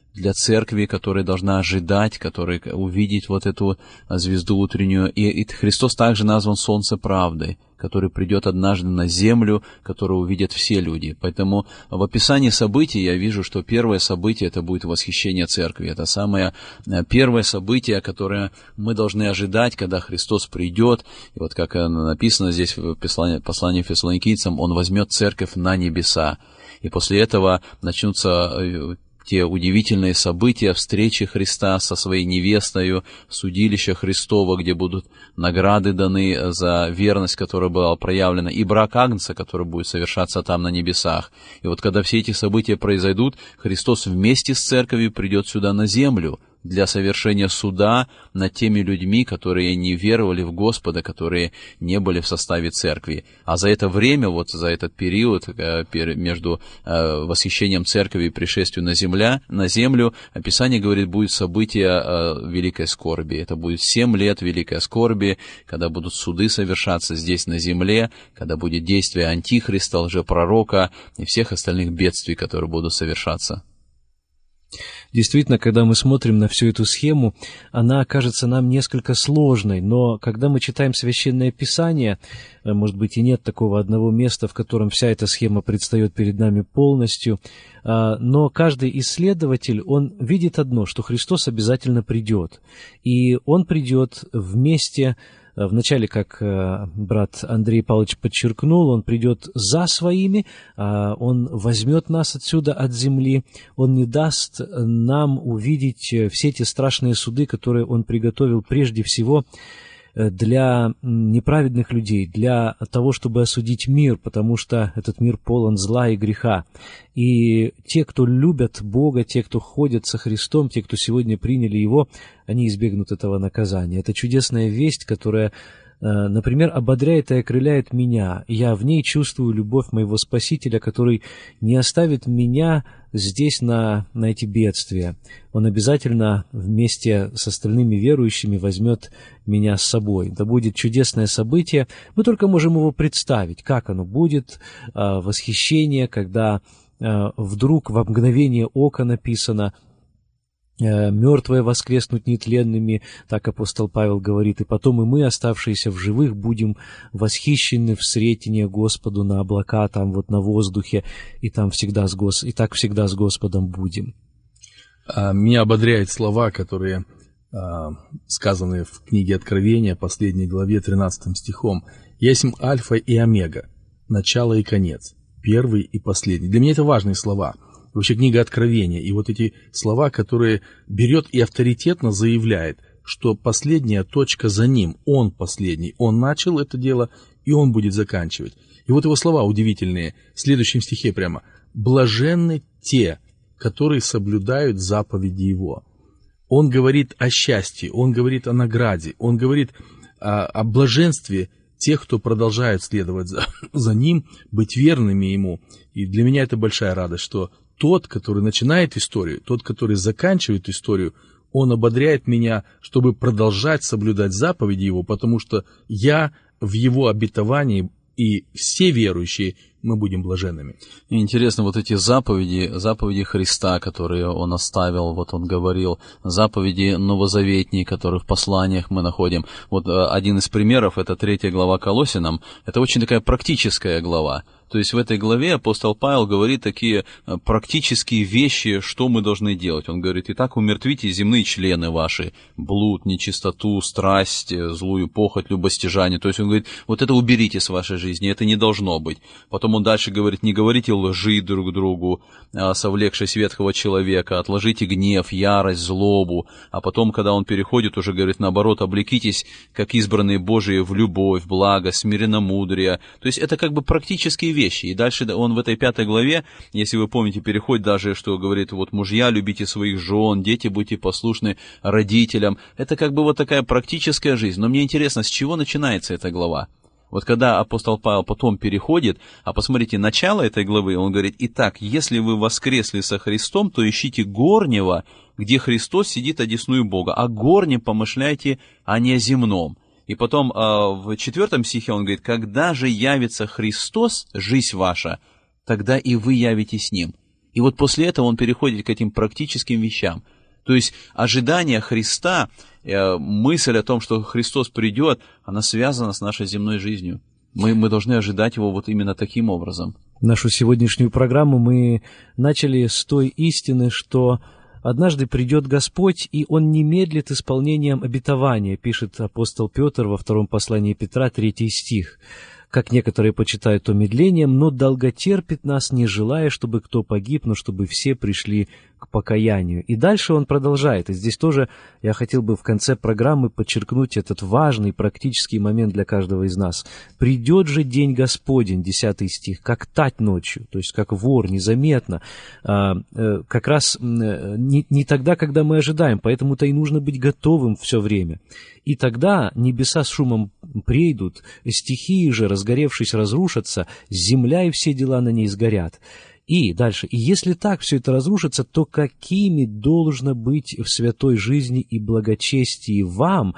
для церкви, которая должна ожидать, которая увидеть вот эту звезду утреннюю. И Христос также назван солнце правды, который придет однажды на землю, которую увидят все люди. Поэтому в описании событий я вижу, что первое событие — это будет восхищение церкви. Это самое первое событие, которое мы должны ожидать, когда Христос придет. И вот как написано здесь в послании Фессалоникийцам, Он возьмет церковь на небеса. И после этого начнутся те удивительные события встречи Христа со своей невестою, судилище Христово, где будут награды даны за верность, которая была проявлена, и брак Агнца, который будет совершаться там на небесах. И вот когда все эти события произойдут, Христос вместе с церковью придет сюда на землю для совершения суда над теми людьми, которые не веровали в Господа, которые не были в составе церкви. А за это время, вот за этот период между восхищением церкви и пришествием на землю, Писание говорит, будет событие великой скорби. Это будет 7 лет великой скорби, когда будут суды совершаться здесь на земле, когда будет действие антихриста, лжепророка и всех остальных бедствий, которые будут совершаться. Действительно, когда мы смотрим на всю эту схему, она кажется нам несколько сложной, но когда мы читаем Священное Писание, может быть, и нет такого одного места, в котором вся эта схема предстает перед нами полностью, но каждый исследователь, он видит одно, что Христос обязательно придет, и Он придет вместе. Вначале, как брат Андрей Павлович подчеркнул, Он придет за своими, Он возьмет нас отсюда, от земли, Он не даст нам увидеть все эти страшные суды, которые Он приготовил прежде всего для неправедных людей, для того, чтобы осудить мир, потому что этот мир полон зла и греха. И те, кто любят Бога, те, кто ходят со Христом, те, кто сегодня приняли Его, они избегнут этого наказания. Это чудесная весть, которая, например, ободряет и окрыляет меня. Я в ней чувствую любовь моего Спасителя, который не оставит меня здесь на эти бедствия. Он обязательно вместе с остальными верующими возьмет меня с собой. Это будет чудесное событие. Мы только можем его представить, как оно будет, восхищение, когда вдруг во мгновение ока написано: «Мертвые воскреснут нетленными», так апостол Павел говорит, «и потом и мы, оставшиеся в живых, будем восхищены в сретение Господу на облака, там вот на воздухе, и так всегда с Господом будем». Меня ободряют слова, которые сказаны в книге Откровения, последней главе, 13 стихом. «Есмь Альфа и Омега, начало и конец, первый и последний». Для меня это важные слова. Вообще книга Откровения, и вот эти слова, которые берет и авторитетно заявляет, что последняя точка за ним, он последний, он начал это дело, и он будет заканчивать. И вот его слова удивительные, в следующем стихе прямо: «Блаженны те, которые соблюдают заповеди его». Он говорит о счастье, он говорит о награде, он говорит о блаженстве тех, кто продолжает следовать за ним, быть верными ему. И для меня это большая радость, что тот, который начинает историю, тот, который заканчивает историю, он ободряет меня, чтобы продолжать соблюдать заповеди его, потому что я в его обетовании, и все верующие, мы будем блаженными. Интересно, вот эти заповеди Христа, которые Он оставил, вот Он говорил, заповеди новозаветные, которые в посланиях мы находим. Вот один из примеров, это 3 глава Колоссянам, это очень такая практическая глава. То есть в этой главе апостол Павел говорит такие практические вещи, что мы должны делать. Он говорит: «Итак, умертвите земные члены ваши, блуд, нечистоту, страсть, злую похоть, любостяжание». То есть он говорит, вот это уберите с вашей жизни, это не должно быть. Потом он дальше говорит: «Не говорите лжи друг другу, совлекшись ветхого человека, отложите гнев, ярость, злобу». А потом, когда он переходит, уже говорит наоборот: «Облекитесь, как избранные Божии, в любовь, благо, смиренномудрие». То есть это как бы практические вещи. И дальше он в этой 5 главе, если вы помните, переходит даже, что говорит: вот мужья, любите своих жен, дети, будьте послушны родителям. Это как бы вот такая практическая жизнь. Но мне интересно, с чего начинается эта глава? Вот когда апостол Павел потом переходит, а посмотрите, начало этой главы, он говорит: «Итак, если вы воскресли со Христом, то ищите горнего, где Христос сидит одесную Бога, о горнем помышляйте, а не о земном». И потом в 4 стихе он говорит: «Когда же явится Христос, жизнь ваша, тогда и вы явитесь с Ним». И вот после этого он переходит к этим практическим вещам. То есть ожидание Христа, мысль о том, что Христос придет, она связана с нашей земной жизнью. Мы должны ожидать Его вот именно таким образом. Нашу сегодняшнюю программу мы начали с той истины, что однажды придет Господь, и Он не медлит исполнением обетования, пишет апостол Петр во втором послании Петра, 3 стих. Как некоторые почитают то медлением, но долготерпит нас, не желая, чтобы кто погиб, но чтобы все пришли к покаянию. И дальше он продолжает. И здесь тоже я хотел бы в конце программы подчеркнуть этот важный практический момент для каждого из нас. «Придет же день Господень», 10 стих, «как тать ночью», то есть как вор, незаметно, как раз не тогда, когда мы ожидаем, поэтому-то и нужно быть готовым все время. И тогда небеса с шумом прейдут, стихии же, разгоревшись, разрушатся, земля и все дела на ней сгорят. И дальше. И если так все это разрушится, то какими должно быть в святой жизни и благочестии вам,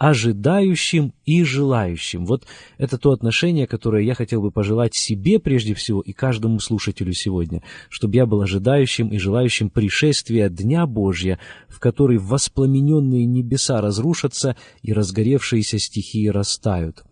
ожидающим и желающим? Вот это то отношение, которое я хотел бы пожелать себе прежде всего и каждому слушателю сегодня, чтобы я был ожидающим и желающим пришествия Дня Божья, в который воспламененные небеса разрушатся и разгоревшиеся стихии растают.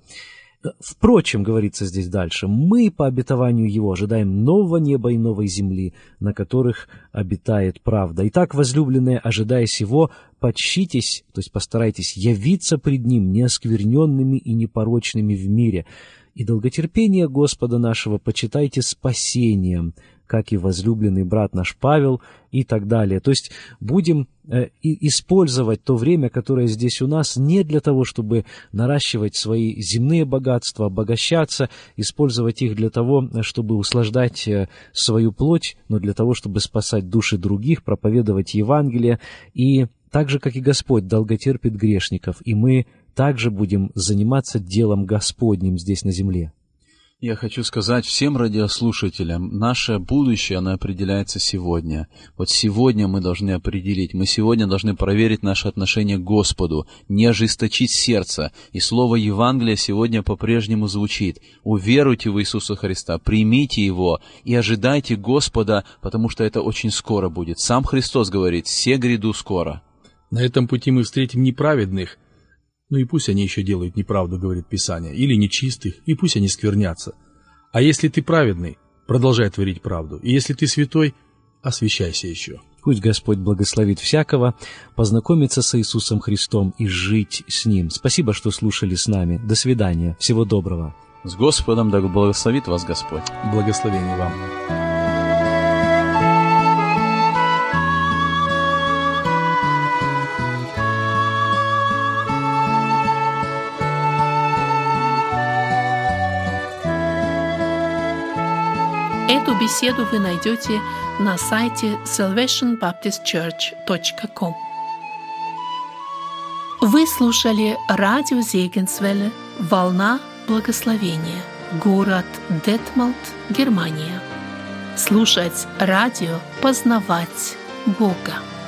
Впрочем, говорится здесь дальше, мы по обетованию Его ожидаем нового неба и новой земли, на которых обитает правда. Итак, возлюбленные, ожидая сего, почтитесь, то есть постарайтесь явиться пред Ним неоскверненными и непорочными в мире. И долготерпение Господа нашего почитайте спасением, как и возлюбленный брат наш Павел, и так далее. То есть будем использовать то время, которое здесь у нас, не для того, чтобы наращивать свои земные богатства, обогащаться, использовать их для того, чтобы услаждать свою плоть, но для того, чтобы спасать души других, проповедовать Евангелие. И так же, как и Господь долготерпит грешников, и мы также будем заниматься делом Господним здесь на земле. Я хочу сказать всем радиослушателям, наше будущее, оно определяется сегодня. Вот сегодня мы должны определить, мы сегодня должны проверить наше отношение к Господу, не ожесточить сердце. И слово Евангелия сегодня по-прежнему звучит. Уверуйте в Иисуса Христа, примите Его и ожидайте Господа, потому что это очень скоро будет. Сам Христос говорит: «Се гряду скоро». На этом пути мы встретим неправедных, ну и пусть они еще делают неправду, говорит Писание, или нечистых, и пусть они сквернятся. А если ты праведный, продолжай творить правду, и если ты святой, освящайся еще. Пусть Господь благословит всякого познакомиться с Иисусом Христом и жить с Ним. Спасибо, что слушали с нами. До свидания. Всего доброго. С Господом, да благословит вас Господь. Благословений вам. Эту беседу вы найдете на сайте salvationbaptistchurch.com. Вы слушали радио Зегенсвелле «Волна благословения», город Детмолд, Германия. Слушать радио, познавать Бога.